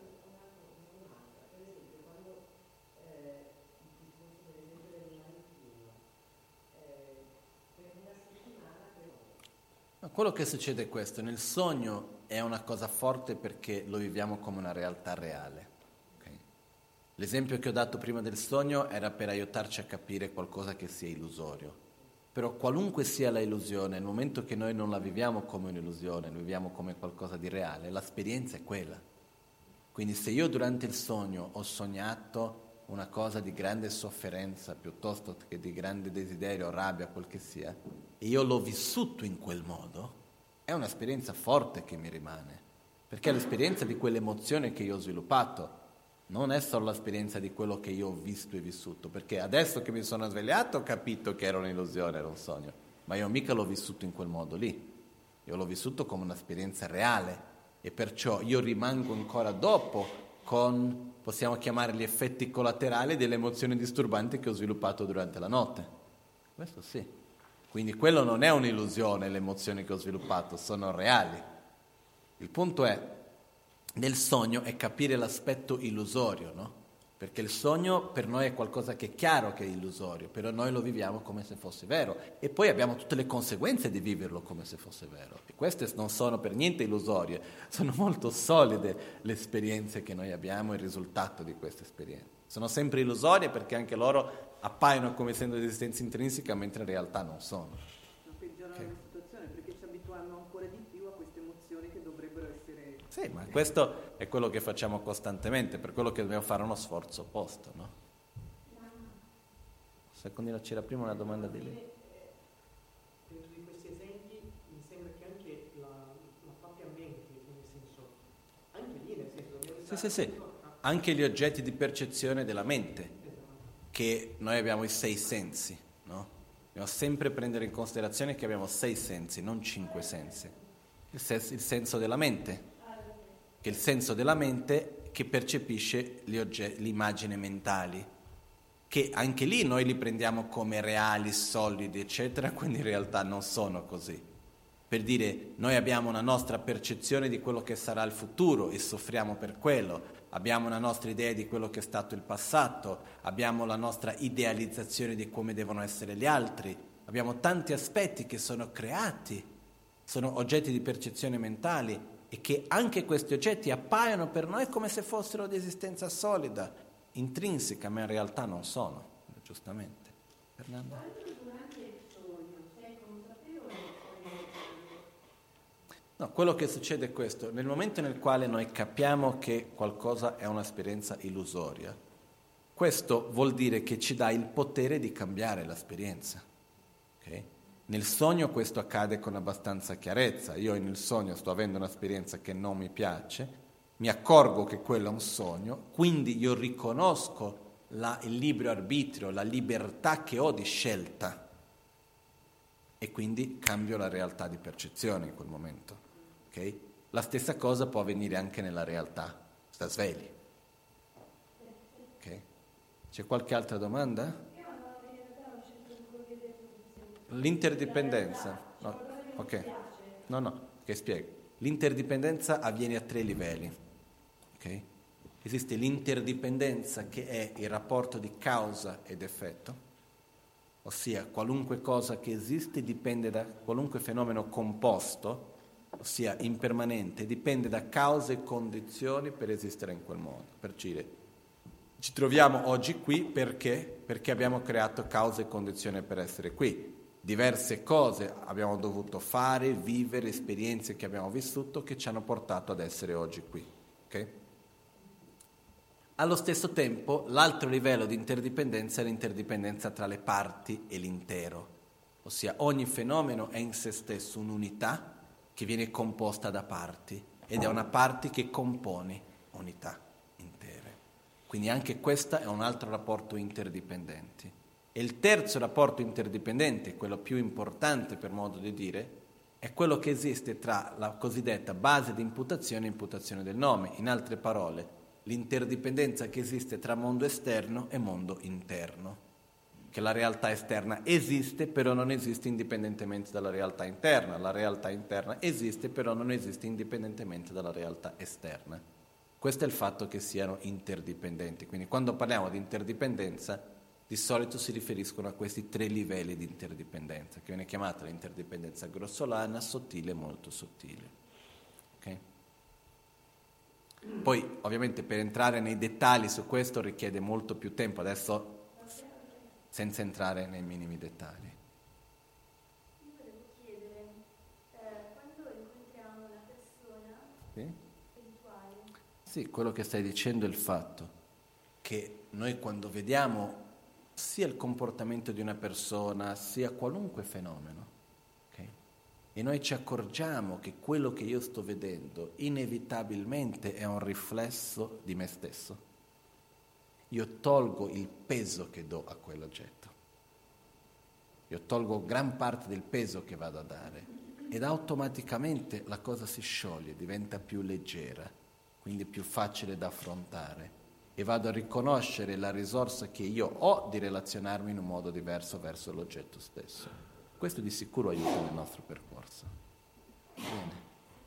quello che succede è questo, nel sogno è una cosa forte perché lo viviamo come una realtà reale. Okay? L'esempio che ho dato prima del sogno era per aiutarci a capire qualcosa che sia illusorio. Però qualunque sia la illusione, nel momento che noi non la viviamo come un'illusione, la viviamo come qualcosa di reale, l'esperienza è quella. Quindi se io durante il sogno ho sognato una cosa di grande sofferenza piuttosto che di grande desiderio, rabbia, quel che sia, e io l'ho vissuto in quel modo, è un'esperienza forte che mi rimane, perché è l'esperienza di quell'emozione che io ho sviluppato, non è solo l'esperienza di quello che io ho visto e vissuto, perché adesso che mi sono svegliato ho capito che era un'illusione, era un sogno, ma io mica l'ho vissuto in quel modo lì, io l'ho vissuto come un'esperienza reale e perciò io rimango ancora dopo con, possiamo chiamare gli effetti collaterali delle emozioni disturbanti che ho sviluppato durante la notte. Questo sì. Quindi quello non è un'illusione, le emozioni che ho sviluppato, sono reali. Il punto è, nel sogno è capire l'aspetto illusorio, no? Perché il sogno per noi è qualcosa che è chiaro che è illusorio, però noi lo viviamo come se fosse vero e poi abbiamo tutte le conseguenze di viverlo come se fosse vero. E queste non sono per niente illusorie, sono molto solide le esperienze che noi abbiamo, il risultato di queste esperienze. Sono sempre illusorie perché anche loro appaiono come essendo di esistenza intrinseca, mentre in realtà non sono. Ma peggiorano la situazione perché ci abituano ancora di più a queste emozioni che dovrebbero essere... Sì, ma questo è quello che facciamo costantemente, per quello che dobbiamo fare uno sforzo opposto, no? Secondino, c'era prima una domanda di lei. Dentro di questi esempi mi sembra che anche la propria mente, nel senso, anche lì nel senso dobbiamo Sì. Anche gli oggetti di percezione della mente, che noi abbiamo i 6 sensi, no? Dobbiamo sempre prendere in considerazione che abbiamo 6 sensi, non 5 sensi. Il senso della mente, che è il senso della mente che percepisce le immagini mentali, che anche lì noi li prendiamo come reali, solidi, eccetera, quindi in realtà non sono così. Per dire, noi abbiamo una nostra percezione di quello che sarà il futuro e soffriamo per quello, abbiamo una nostra idea di quello che è stato il passato, abbiamo la nostra idealizzazione di come devono essere gli altri, abbiamo tanti aspetti che sono creati, sono oggetti di percezione mentali e che anche questi oggetti appaiono per noi come se fossero di esistenza solida, intrinseca, ma in realtà non sono, giustamente. Fernanda? Durante il sogno sei consapevole o No, quello che succede è questo, nel momento nel quale noi capiamo che qualcosa è un'esperienza illusoria, questo vuol dire che ci dà il potere di cambiare l'esperienza. Okay? Nel sogno questo accade con abbastanza chiarezza, io nel sogno sto avendo un'esperienza che non mi piace, mi accorgo che quello è un sogno, quindi io riconosco il libero arbitrio, la libertà che ho di scelta e quindi cambio la realtà di percezione in quel momento. Okay? La stessa cosa può avvenire anche nella realtà, sta svegli. Okay? C'è qualche altra domanda? L'interdipendenza. No. Ok. No, che spiego. L'interdipendenza avviene a 3 livelli. Okay? Esiste l'interdipendenza che è il rapporto di causa ed effetto, ossia qualunque cosa che esiste dipende da qualunque fenomeno composto, ossia impermanente, dipende da cause e condizioni per esistere in quel modo. Per dire, ci troviamo oggi qui perché abbiamo creato cause e condizioni per essere qui. Diverse cose abbiamo dovuto fare, vivere, esperienze che abbiamo vissuto che ci hanno portato ad essere oggi qui. Okay? Allo stesso tempo, l'altro livello di interdipendenza è l'interdipendenza tra le parti e l'intero, ossia ogni fenomeno è in se stesso un'unità che viene composta da parti ed è una parte che compone unità intere. Quindi anche questo è un altro rapporto interdipendente. E il terzo rapporto interdipendente, quello più importante per modo di dire, è quello che esiste tra la cosiddetta base di imputazione e imputazione del nome. In altre parole, l'interdipendenza che esiste tra mondo esterno e mondo interno. Che la realtà esterna esiste, però non esiste indipendentemente dalla realtà interna. La realtà interna esiste, però non esiste indipendentemente dalla realtà esterna. Questo è il fatto che siano interdipendenti. Quindi quando parliamo di interdipendenza, Di solito si riferiscono a questi 3 livelli di interdipendenza, che viene chiamata l'interdipendenza grossolana, sottile e molto sottile. Okay? Poi, ovviamente, per entrare nei dettagli su questo richiede molto più tempo, adesso senza entrare nei minimi dettagli. Io volevo chiedere, quando incontriamo una persona Sì? spirituale, Sì, quello che stai dicendo è il fatto che noi quando vediamo sia il comportamento di una persona, sia qualunque fenomeno, okay? E noi ci accorgiamo che quello che io sto vedendo inevitabilmente è un riflesso di me stesso, io tolgo il peso che do a quell'oggetto, io tolgo gran parte del peso che vado a dare ed automaticamente la cosa si scioglie, diventa più leggera, quindi più facile da affrontare. E vado a riconoscere la risorsa che io ho di relazionarmi in un modo diverso verso l'oggetto stesso. Questo di sicuro aiuta nel nostro percorso. Bene.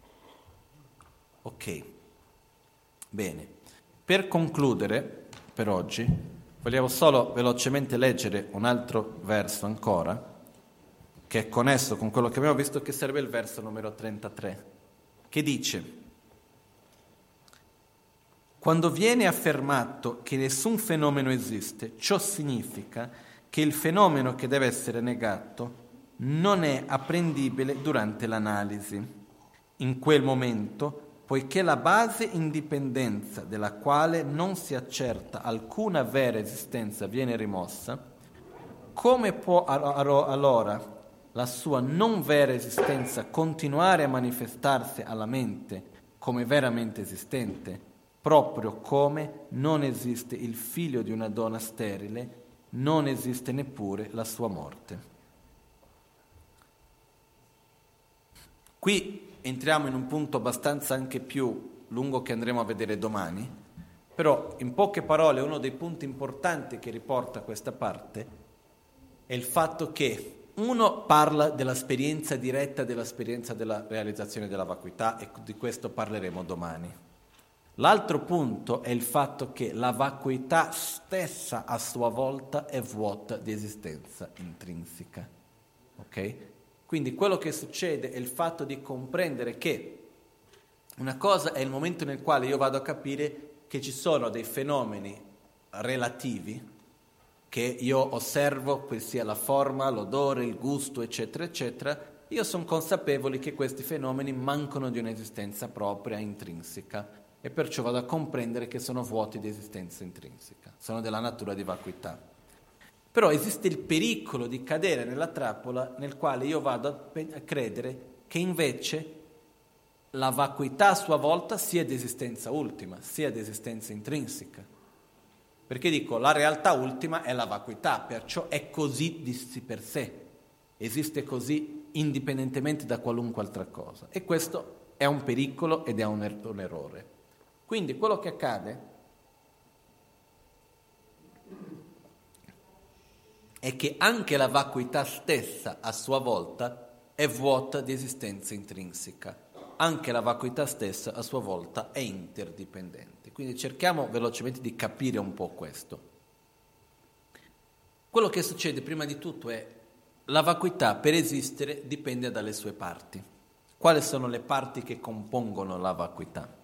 Ok. Bene. Per concludere, per oggi, vogliamo solo velocemente leggere un altro verso ancora, che è connesso con quello che abbiamo visto, che sarebbe il verso numero 33, che dice: quando viene affermato che nessun fenomeno esiste, ciò significa che il fenomeno che deve essere negato non è apprendibile durante l'analisi. In quel momento, poiché la base indipendenza della quale non si accerta alcuna vera esistenza viene rimossa, come può allora la sua non vera esistenza continuare a manifestarsi alla mente come veramente esistente? Proprio come non esiste il figlio di una donna sterile, non esiste neppure la sua morte. Qui entriamo in un punto abbastanza anche più lungo che andremo a vedere domani, però in poche parole uno dei punti importanti che riporta questa parte è il fatto che uno parla dell'esperienza diretta, dell'esperienza della realizzazione della vacuità, e di questo parleremo domani. L'altro punto è il fatto che la vacuità stessa a sua volta è vuota di esistenza intrinseca. Ok? Quindi quello che succede è il fatto di comprendere che una cosa è il momento nel quale io vado a capire che ci sono dei fenomeni relativi che io osservo, quel sia la forma, l'odore, il gusto, eccetera, eccetera. Io sono consapevole che questi fenomeni mancano di un'esistenza propria, intrinseca, e perciò vado a comprendere che sono vuoti di esistenza intrinseca, sono della natura di vacuità. Però esiste il pericolo di cadere nella trappola nel quale io vado a credere che invece la vacuità a sua volta sia di esistenza ultima, sia di esistenza intrinseca. Perché dico, la realtà ultima è la vacuità, perciò è così di per sé, esiste così indipendentemente da qualunque altra cosa. E questo è un pericolo ed è un errore. Quindi quello che accade è che anche la vacuità stessa a sua volta è vuota di esistenza intrinseca. Anche la vacuità stessa a sua volta è interdipendente. Quindi cerchiamo velocemente di capire un po' questo. Quello che succede prima di tutto è la vacuità per esistere dipende dalle sue parti. Quali sono le parti che compongono la vacuità?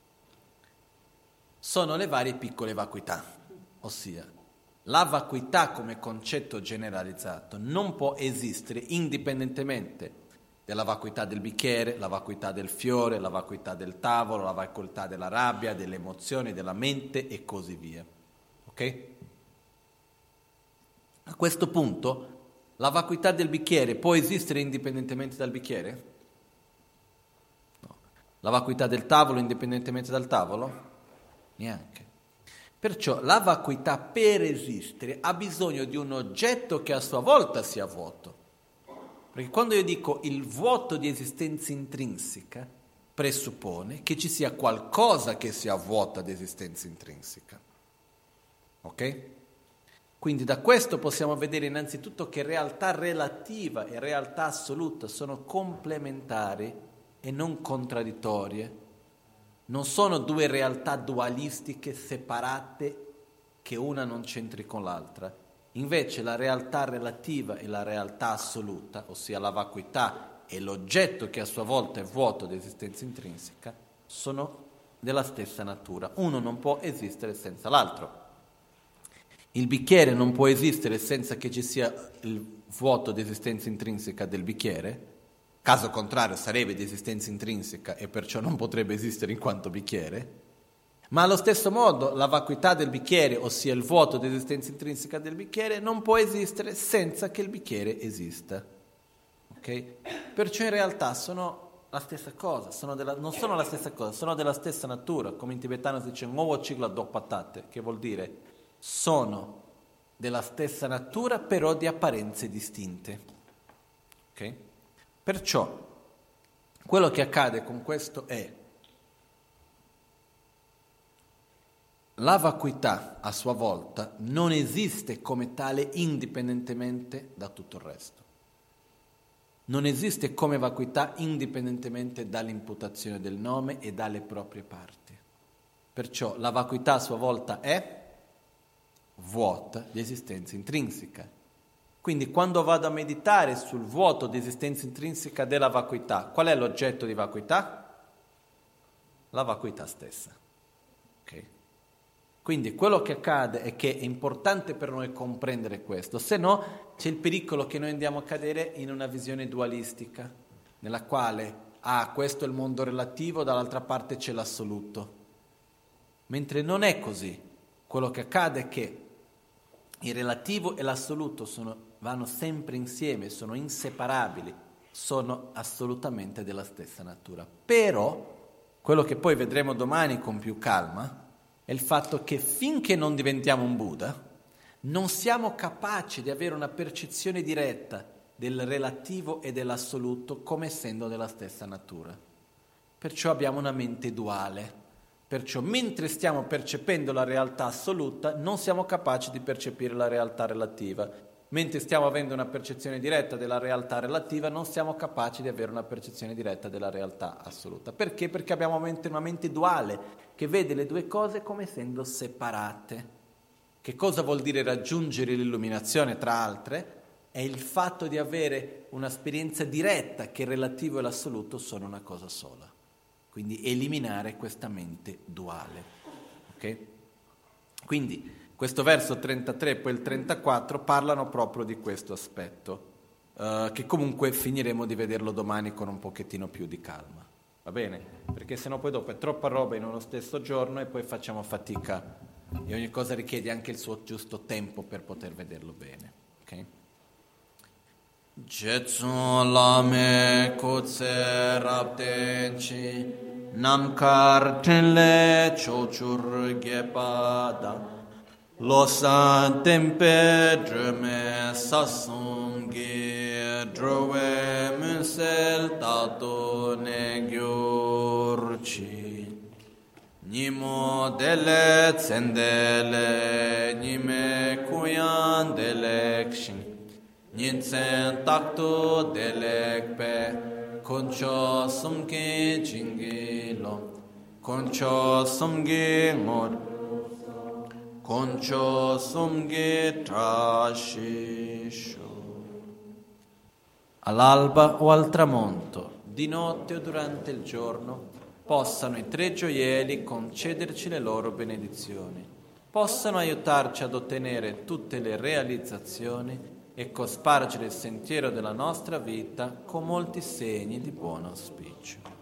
Sono le varie piccole vacuità, ossia la vacuità come concetto generalizzato non può esistere indipendentemente della vacuità del bicchiere, la vacuità del fiore, la vacuità del tavolo, la vacuità della rabbia, delle emozioni, della mente e così via. Ok? A questo punto la vacuità del bicchiere può esistere indipendentemente dal bicchiere? No. La vacuità del tavolo indipendentemente dal tavolo? Neanche. Perciò la vacuità per esistere ha bisogno di un oggetto che a sua volta sia vuoto. Perché quando io dico il vuoto di esistenza intrinseca, presuppone che ci sia qualcosa che sia vuota di esistenza intrinseca. Ok? Quindi da questo possiamo vedere innanzitutto che realtà relativa e realtà assoluta sono complementari e non contraddittorie. Non sono due realtà dualistiche separate che una non c'entri con l'altra, Invece la realtà relativa e la realtà assoluta, ossia la vacuità e l'oggetto che a sua volta è vuoto di esistenza intrinseca, sono della stessa natura. Uno non può esistere senza l'altro. Il bicchiere non può esistere senza che ci sia il vuoto di esistenza intrinseca del bicchiere, caso contrario sarebbe di esistenza intrinseca e perciò non potrebbe esistere in quanto bicchiere, ma allo stesso modo la vacuità del bicchiere, ossia il vuoto di esistenza intrinseca del bicchiere, non può esistere senza che il bicchiere esista. Okay? Perciò in realtà sono la stessa cosa, non sono la stessa cosa, sono della stessa natura, come in tibetano si dice nuovo ciclo do patate, che vuol dire sono della stessa natura però di apparenze distinte. Okay? Perciò quello che accade con questo è la vacuità a sua volta non esiste come tale indipendentemente da tutto il resto. Non esiste come vacuità indipendentemente dall'imputazione del nome e dalle proprie parti. Perciò la vacuità a sua volta è vuota di esistenza intrinseca. Quindi quando vado a meditare sul vuoto di esistenza intrinseca della vacuità, qual è l'oggetto di vacuità? La vacuità stessa. Okay? Quindi quello che accade è che è importante per noi comprendere questo, se no c'è il pericolo che noi andiamo a cadere in una visione dualistica, nella quale, questo è il mondo relativo, dall'altra parte c'è l'assoluto. Mentre non è così. Quello che accade è che il relativo e l'assoluto vanno sempre insieme, sono inseparabili, sono assolutamente della stessa natura. Però, quello che poi vedremo domani con più calma, è il fatto che finché non diventiamo un Buddha, non siamo capaci di avere una percezione diretta del relativo e dell'assoluto come essendo della stessa natura. Perciò abbiamo una mente duale. Perciò mentre stiamo percependo la realtà assoluta, non siamo capaci di percepire la realtà relativa. Mentre stiamo avendo una percezione diretta della realtà relativa, non siamo capaci di avere una percezione diretta della realtà assoluta. Perché? Perché abbiamo una mente duale, che vede le due cose come essendo separate. Che cosa vuol dire raggiungere l'illuminazione, tra altre? È il fatto di avere un'esperienza diretta che il relativo e l'assoluto sono una cosa sola. Quindi eliminare questa mente duale. Okay? Quindi questo verso 33 e poi il 34 parlano proprio di questo aspetto, che comunque finiremo di vederlo domani con un pochettino più di calma. Va bene? Perché sennò poi dopo è troppa roba in uno stesso giorno e poi facciamo fatica e ogni cosa richiede anche il suo giusto tempo per poter vederlo bene. Ok? Jetsu lame kutse raptenchi namkar tenle chochur gepada losan tempe dreme sasumgi drove munsel tato negyorchi nimo dele tsendele nime kuyan delekshin Nintsen takto delekpe koncho sumke jingilo koncho sumge ngor koncho sumge trashisho. All'alba o al tramonto, di notte o durante il giorno, possano i tre gioielli concederci le loro benedizioni, possano aiutarci ad ottenere tutte le realizzazioni e cospargere il sentiero della nostra vita con molti segni di buon auspicio.